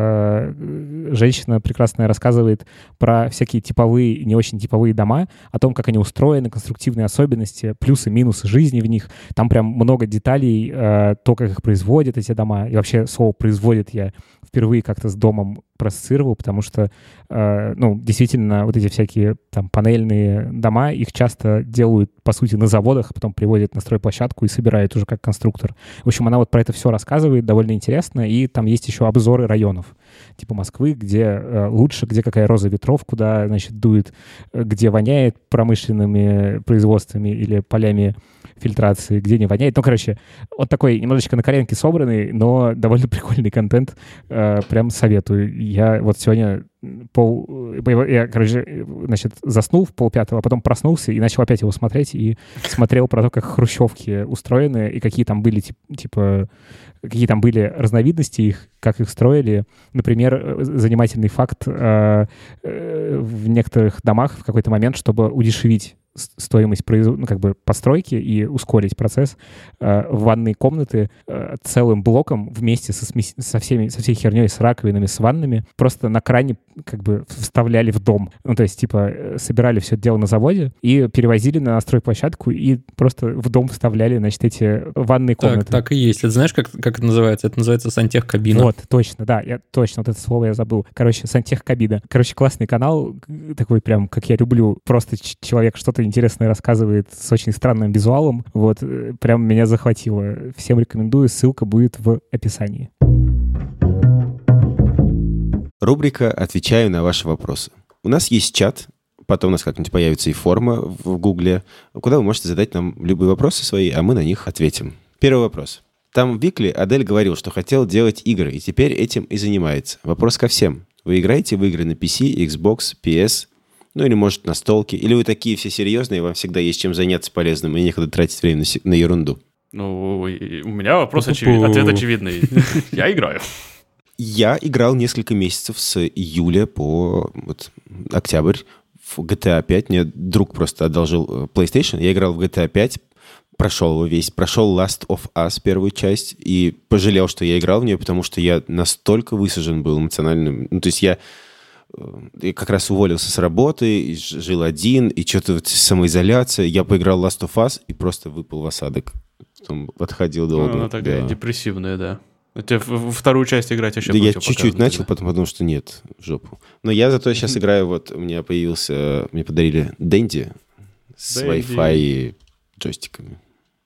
э, женщина прекрасная рассказывает про всякие типовые и не очень типовые дома, о том, как они устроены, конструктивные особенности, плюсы, минусы жизни в них. Там прям много деталей, э, то, как их производят эти дома. И вообще слово «производит» я впервые как-то с домом проассоциировал, потому что, э, ну, действительно, вот эти всякие там панельные дома, их часто делают, по сути, на заводах, а потом приводят на стройплощадку и собирают уже как конструктор. В общем, она вот про это все рассказывает, довольно интересно, и там есть еще обзоры районов, типа Москвы, где э, лучше, где какая роза ветров, куда, значит, дует, э, где воняет промышленными производствами или полями фильтрации, где не воняет. Ну, короче, вот такой немножечко на коленке собранный, но довольно прикольный контент. Э, прям советую. Я вот сегодня пол... Я, короче, значит, заснул в полпятого, а потом проснулся и начал опять его смотреть, и смотрел про то, как хрущевки устроены, и какие там были, типа, какие там были разновидности их, как их строили. Например, занимательный факт, э, э, в некоторых домах в какой-то момент, чтобы удешевить стоимость произ- ну, как бы постройки и ускорить процесс, э, ванные комнаты э, целым блоком вместе со, смес... со, всеми, со всей херней, с раковинами, с ваннами, просто на кране как бы вставляли в дом. Ну, то есть, типа, э, собирали все это дело на заводе и перевозили на стройплощадку и просто в дом вставляли, значит, эти ванные комнаты. Так, так и есть. Это знаешь, как, как это называется? Это называется сантехкабина. Вот, точно, да, я точно, вот это слово я забыл. Короче, сантехкабина. Короче, классный канал, такой прям, как я люблю, просто ч- человек что-то интересное рассказывает с очень странным визуалом. Вот, э, прям меня захватило. Всем рекомендую, ссылка будет в описании. Рубрика «Отвечаю на ваши вопросы». У нас есть чат, потом у нас как-нибудь появится и форма в Гугле, куда вы можете задать нам любые вопросы свои, а мы на них ответим. Первый вопрос. Там в Викле Адель говорил, что хотел делать игры, и теперь этим и занимается. Вопрос ко всем. Вы играете в игры на пи си, Xbox, пи эс, ну или, может, на столке? Или вы такие все серьезные, вам всегда есть чем заняться полезным, и некогда тратить время на, се- на ерунду? Ну, и у меня вопрос Пу-пу-пу. очевидный, ответ очевидный. Я играю. Я играл несколько месяцев с июля по вот, октябрь в джи ти эй пять. Мне друг просто одолжил э, PlayStation. Я играл в джи ти эй пять, прошел его весь. Прошел Last of Us первую часть и пожалел, что я играл в нее, потому что я настолько высажен был эмоционально. Ну, то есть я, э, я как раз уволился с работы, и ж- жил один, и что-то вот самоизоляция. Я поиграл Last of Us и просто выпал в осадок. Потом отходил долго. Она такая да. депрессивная, да. Тебе в- во вторую часть играть вообще Да я противопоказано, чуть-чуть начал, да. потом подумал, что нет, в жопу. Но я зато сейчас играю, вот у меня появился, мне подарили Dendy с Dendy. Wi-Fi и джойстиками.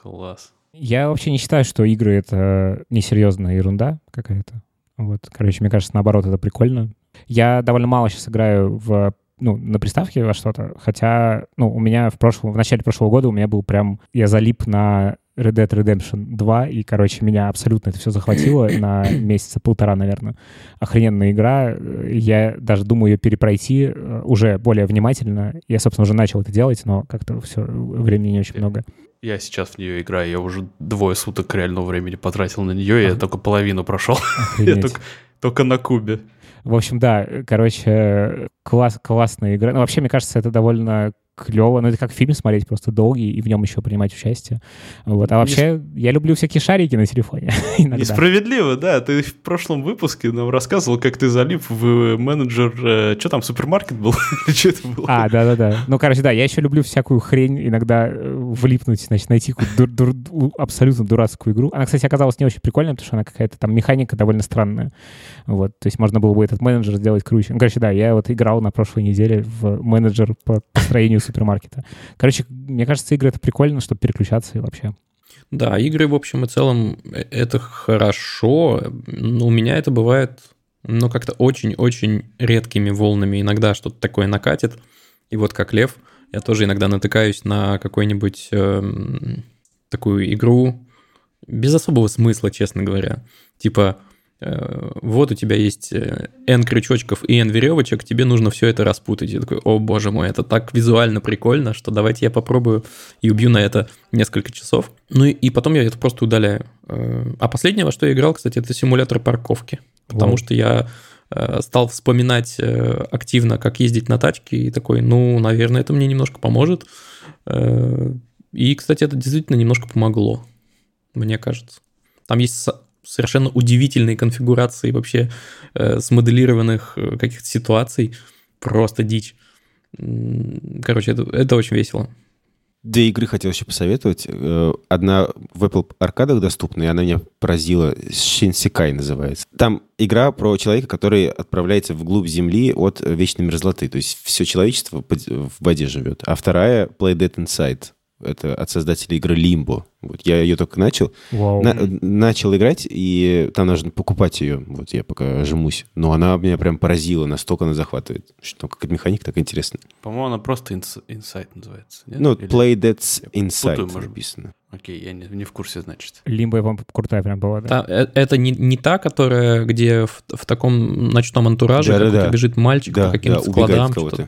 Класс. Я вообще не считаю, что игры — это несерьезная ерунда какая-то. Вот, короче, мне кажется, наоборот, это прикольно. Я довольно мало сейчас играю в, ну, на приставке во что-то, хотя, ну, у меня в прошлом, в начале прошлого года у меня был прям, я залип на Red Dead Redemption два, и, короче, меня абсолютно это все захватило на месяца полтора, наверное. Охрененная игра. Я даже думаю ее перепройти уже более внимательно. Я, собственно, уже начал это делать, но как-то все, времени не очень много. Я сейчас в нее играю, я уже двое суток реального времени потратил на нее, и а. я только половину прошел. Я только, только на кубе. В общем, да, короче, класс, классная игра. Ну, вообще, мне кажется, это довольно клево. Ну, это как фильм смотреть, просто долгий, и в нем еще принимать участие. Вот. А вообще, Несп... я люблю всякие шарики на телефоне. Несправедливо, да. Ты в прошлом выпуске нам рассказывал, как ты залип в менеджер... Э, что там, супермаркет был? Что это было? А, да-да-да. Ну, короче, да, я еще люблю всякую хрень иногда влипнуть, значит, найти какую-то дур- дур- абсолютно дурацкую игру. Она, кстати, оказалась не очень прикольная, потому что она какая-то там механика довольно странная. Вот. То есть можно было бы этот менеджер сделать круче. Ну, короче, да, я вот играл на прошлой неделе в менеджер по построению супермаркета. Короче, мне кажется, игры — это прикольно, чтобы переключаться и вообще. Да, игры, в общем и целом, это хорошо. Но у меня это бывает, ну, как-то очень-очень редкими волнами. Иногда что-то такое накатит. И вот как Лев, я тоже иногда натыкаюсь на какую-нибудь э, такую игру без особого смысла, честно говоря. Типа, вот у тебя есть N крючочков и N веревочек, тебе нужно все это распутать. Я такой, о боже мой, это так визуально прикольно, что давайте я попробую и убью на это несколько часов. Ну и, и потом я это просто удаляю. А последнее, во что я играл, кстати, это симулятор парковки. Потому Wow. что я стал вспоминать активно, как ездить на тачке, и такой, ну, наверное, это мне немножко поможет. И, кстати, это действительно немножко помогло, мне кажется. Там есть совершенно удивительные конфигурации вообще э, смоделированных э, каких-то ситуаций. Просто дичь. Короче, это, это очень весело. Две игры хотел еще посоветовать. Одна в Apple аркадах доступна, и она меня поразила. Shinsekai называется. Там игра про человека, который отправляется вглубь Земли от вечной мерзлоты. То есть все человечество в воде живет. А вторая — Play Dead Inside. Это от создателей игры Limbo. Вот, я ее только начал. На, начал играть, и там нужно покупать ее. Вот я пока жмусь. Но она меня прям поразила, настолько она захватывает. Что как механика, так интересно. По-моему, она просто Inside называется. Нет? Ну, Или... Play Dead Inside путаю, написано. Окей, я не, не в курсе, значит. Limbo, вам крутая прям была, да? да это не, не та, которая, где в, в таком ночном антураже да, какой-то да, бежит мальчик да, по каким-то да, складам. Что-то.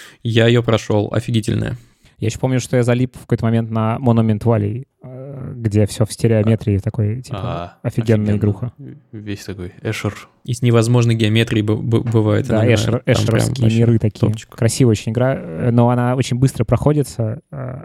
Я ее прошел, офигительная. Я еще помню, что я залип в какой-то момент на Monument Valley, где все в стереометрии, такой, типа, а, офигенная офигенно. Игруха. Весь такой эшер. И с невозможной геометрией б- б- бывает. Да, эшер, эшеровские миры такие. Топчик. Красивая очень игра, но она очень быстро проходится,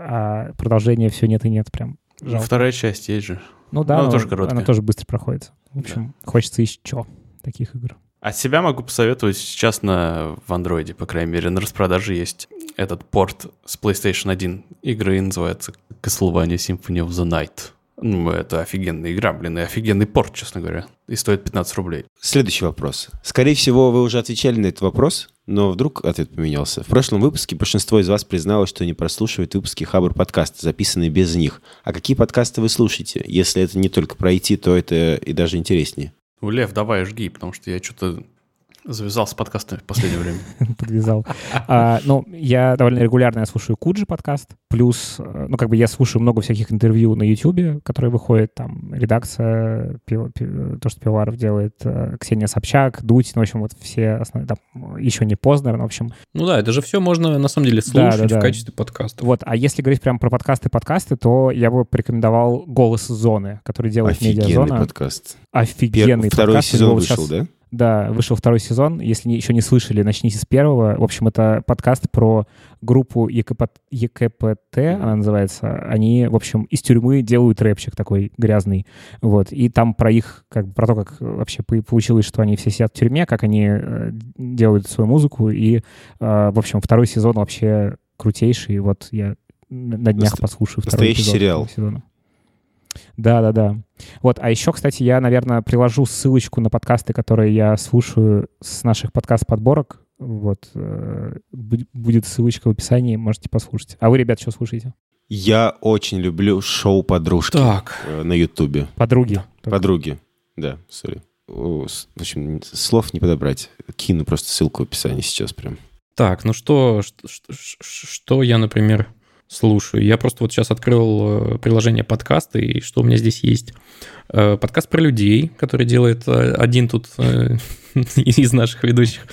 а продолжения все нет и нет прям. Жалко. Вторая часть есть же. Ну да, она тоже короткая. Она тоже быстро проходится. В общем, да. Хочется еще таких игр. От себя могу посоветовать сейчас на, в андроиде, по крайней мере, на распродаже есть этот порт с PlayStation один игры, называется Castlevania Symphony of the Night. Ну, это офигенная игра, блин, и офигенный порт, честно говоря. И стоит пятнадцать рублей. Следующий вопрос. Скорее всего, вы уже отвечали на этот вопрос, но вдруг ответ поменялся. В прошлом выпуске большинство из вас призналось, что не прослушивает выпуски Хабр подкаста, записанные без них. А какие подкасты вы слушаете? Если это не только про ай ти, то это и даже интереснее. Лев, давай жги, потому что я что-то завязал с подкастами в последнее время. Подвязал. А, ну, я довольно регулярно я слушаю Куджи подкаст, плюс, ну, как бы я слушаю много всяких интервью на Ютубе, которые выходят, там, редакция, пиво, пиво, то, что Пивоваров делает, Ксения Собчак, Дудь, ну, в общем, вот все основные, там, еще не Познер, в общем. Ну да, это же все можно, на самом деле, слушать да, да, да. в качестве подкаста. Вот, а если говорить прям про подкасты-подкасты, то я бы порекомендовал «Голос зоны», который делает Медиазона. Офигенный подкаст. Офигенный Пер... Второй подкаст. сезон вышел, сейчас... да? Да, вышел второй сезон. Если не, еще не слышали, начните с первого. В общем, это подкаст про группу ЕКП, ЕКПТ, она называется. Они, в общем, из тюрьмы делают рэпчик такой грязный. Вот. И там про их, как бы, про то, как вообще получилось, что они все сидят в тюрьме, как они э, делают свою музыку. И, э, в общем, второй сезон вообще крутейший. Вот я на днях послушаю второй эпизод сериал. сезона. Да-да-да. Вот, а еще, кстати, я, наверное, приложу ссылочку на подкасты, которые я слушаю с наших подкаст-подборок. Вот, э, будет ссылочка в описании, можете послушать. А вы, ребят, что слушаете? Я очень люблю шоу «Подружки» Так. на Ютубе. Подруги. Подруги, да, сори. В общем, слов не подобрать. Кину просто ссылку в описании сейчас прям. Так, ну что, что, что я, например, слушаю? Я просто вот сейчас открыл приложение подкаста, и что у меня здесь есть? Подкаст про людей, который делает один тут из наших ведущих.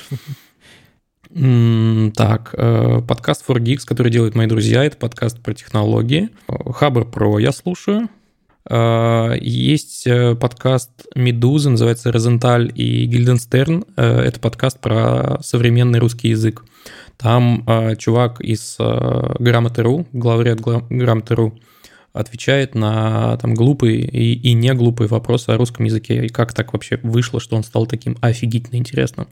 Так, подкаст фор гикс, который делают мои друзья, это подкаст про технологии. Хабр Про я слушаю. Есть подкаст Медузы, называется «Розенталь и Гильденстерн». Это подкаст про современный русский язык. Там чувак из Грамоты.ру, главред Грамоты.ру, отвечает на там глупые и, и не глупые вопросы о русском языке. И как так вообще вышло, что он стал таким офигительно интересным.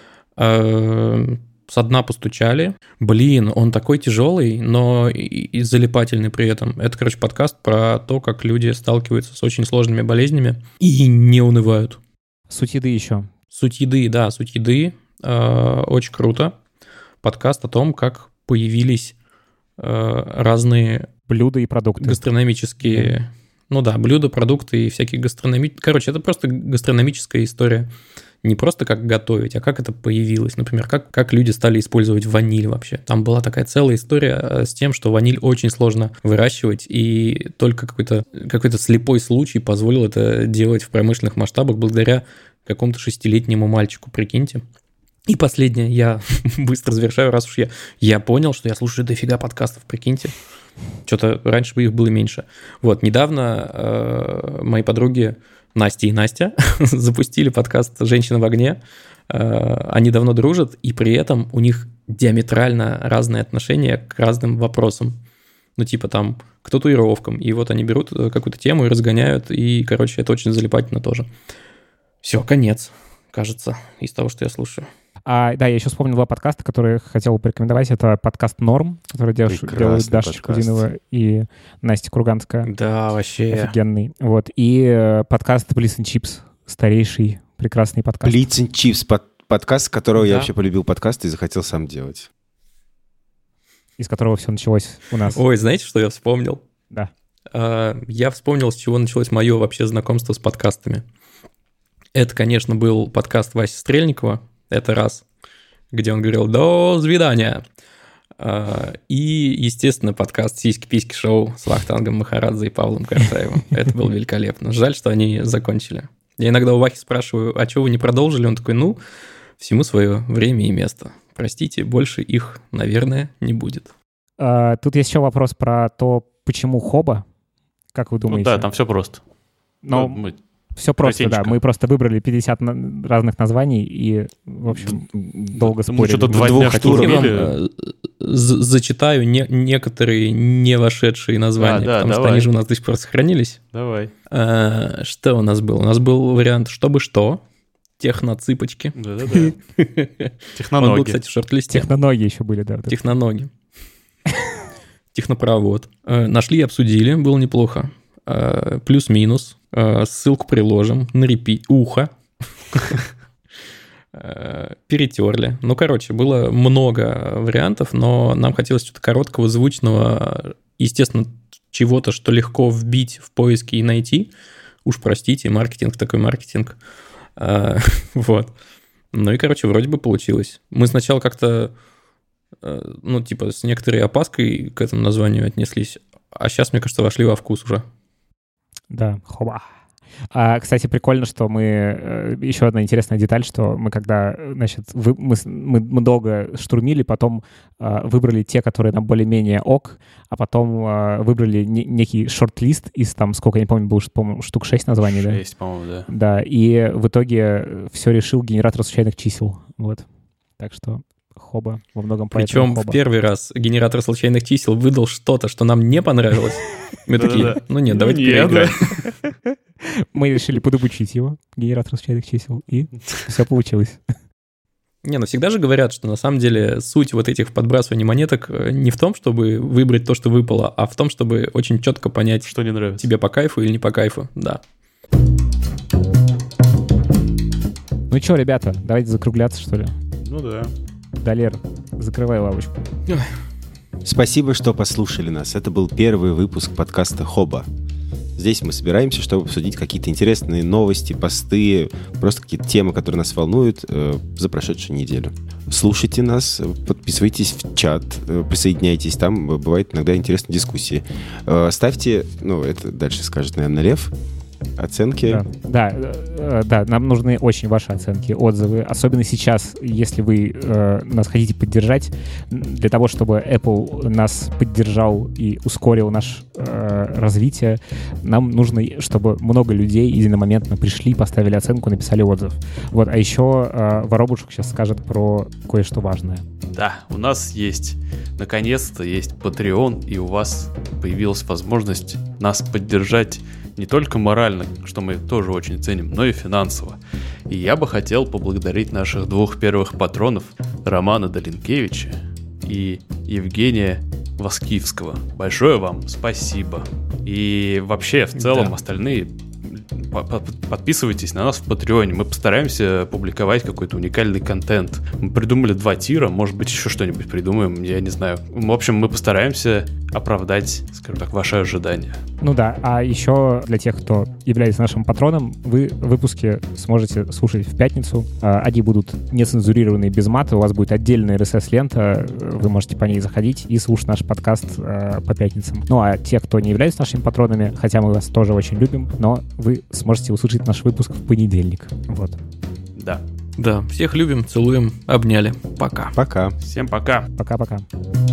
Со дна постучали. Блин, он такой тяжелый, но и, и залипательный при этом. Это, короче, подкаст про то, как люди сталкиваются с очень сложными болезнями и не унывают. Суть еды еще. Суть еды, да, суть еды. Э, очень круто. Подкаст о том, как появились э, разные... блюда и продукты. Гастрономические... Yeah. Ну да, блюда, продукты и всякие гастрономические... Короче, это просто гастрономическая история. Не просто как готовить, а как это появилось. Например, как, как люди стали использовать ваниль вообще. Там была такая целая история с тем, что ваниль очень сложно выращивать, и только какой-то, какой-то слепой случай позволил это делать в промышленных масштабах благодаря какому-то шестилетнему мальчику, прикиньте. И последнее, я быстро завершаю, раз уж я, я понял, что я слушаю дофига подкастов, прикиньте. Что-то раньше бы их было меньше. Вот, недавно э, мои подруги Настя и Настя запустили подкаст «Женщина в огне». Они давно дружат, и при этом у них диаметрально разные отношения к разным вопросам. Ну, типа там к татуировкам. И вот они берут какую-то тему и разгоняют, и, короче, это очень залипательно тоже. Все, конец, кажется, из того, что я слушаю. А, да, я еще вспомнил два подкаста, которые хотел бы порекомендовать. Это подкаст «Норм», который делают Даша Чекудинова и Настя Курганская. Да, вообще. Офигенный. Вот. И э, подкаст «Blitz and Chips», старейший, прекрасный подкаст. «Blitz and Chips», под, подкаст, которого да. я вообще полюбил подкаст и захотел сам делать. Из которого все началось у нас. Ой, знаете, что я вспомнил? Да. А, я вспомнил, с чего началось мое вообще знакомство с подкастами. Это, конечно, был подкаст Васи Стрельникова. Это раз, где он говорил «До свидания». И, естественно, подкаст «Сиськи-письки шоу» с Вахтангом Махарадзе и Павлом Картаевым. Это было великолепно. Жаль, что они закончили. Я иногда у Вахи спрашиваю, а чего вы не продолжили? Он такой, ну, всему свое время и место. Простите, больше их, наверное, не будет. А, тут есть еще вопрос про то, почему Хоба. Как вы думаете? Ну да, там все просто. Но... мы... Все просто, да. Мы просто выбрали пятьдесят на- разных названий и, в общем, долго спорили. Мы что-то два дня штурмили. Я вам зачитаю не- некоторые не вошедшие названия, а, да, потому давай. Что они же у нас до сих пор сохранились. Давай. А, что у нас было? У нас был вариант «Чтобы что?», «Техноцыпочки». Да-да-да. Техноноги. Он был, кстати, в шорт-листе. Техноноги еще были, да. Техноноги. Технопровод. Нашли и обсудили, было неплохо. Плюс-минус. Ссылку приложим. На репи. Ухо. Перетерли. Ну, короче, было много вариантов, но нам хотелось что-то короткого, звучного, естественно, чего-то, что легко вбить в поиски и найти. Уж простите, маркетинг такой маркетинг. Вот. Ну и, короче, вроде бы получилось. Мы сначала как-то, ну, типа, с некоторой опаской к этому названию отнеслись, а сейчас, мне кажется, вошли во вкус уже. Да, хоба. А, кстати, прикольно, что мы... Еще одна интересная деталь, что мы когда, значит, вы, мы, мы, мы долго штурмили, потом а, выбрали те, которые нам более-менее ок, а потом а, выбрали не, некий шорт-лист из там, сколько, я не помню, было, по-моему, штук шесть названий, да? Шесть, по-моему, да. Да, и в итоге все решил генератор случайных чисел, вот. Так что... Хоба во многом поэтому Причем хоба. В первый раз генератор случайных чисел выдал что-то, что нам не понравилось. Мы такие, ну нет, давайте переиграем. Мы решили подобучить его, генератор случайных чисел, и все получилось. Не, ну всегда же говорят, что на самом деле суть вот этих подбрасываний монеток не в том, чтобы выбрать то, что выпало, а в том, чтобы очень четко понять, что не нравится. Тебе по кайфу или не по кайфу, да. Ну что, ребята, давайте закругляться, что ли? Ну да. Далер, закрывай лавочку. Спасибо, что послушали нас. Это был первый выпуск подкаста «Хоба». Здесь мы собираемся, чтобы обсудить какие-то интересные новости, посты, просто какие-то темы, которые нас волнуют э, за прошедшую неделю. Слушайте нас, подписывайтесь в чат, э, присоединяйтесь, там бывают иногда интересные дискуссии. Э, ставьте, ну, это дальше скажет, наверное, Лев, оценки. Да, да, да, нам нужны очень ваши оценки, отзывы. Особенно сейчас, если вы э, нас хотите поддержать, для того, чтобы Apple нас поддержал и ускорил наше э, развитие, нам нужно, чтобы много людей единомоментно пришли, поставили оценку, написали отзыв. Вот, а еще э, Воробушек сейчас скажет про кое-что важное. Да, у нас есть, наконец-то, есть Patreon, и у вас появилась возможность нас поддержать не только морально, что мы тоже очень ценим, но и финансово. И я бы хотел поблагодарить наших двух первых патронов, Романа Долинкевича и Евгения Воскивского. Большое вам спасибо. И вообще, в целом, да. остальные... Подписывайтесь на нас в Патреоне. Мы постараемся публиковать какой-то уникальный контент. Мы придумали два тира, может быть, еще что-нибудь придумаем, я не знаю. В общем, мы постараемся оправдать, скажем так, ваши ожидания. Ну да, а еще для тех, кто является нашим патроном, вы выпуски сможете слушать в пятницу. Они будут нецензурированные, без мата. У вас будет отдельная эр эс эс-лента. Вы можете по ней заходить и слушать наш подкаст по пятницам. Ну а те, кто не является нашими патронами, хотя мы вас тоже очень любим, но вы сможете услышать наш выпуск в понедельник. Вот. Да. Да, всех любим, целуем, обняли. Пока. Пока. Всем пока. Пока-пока.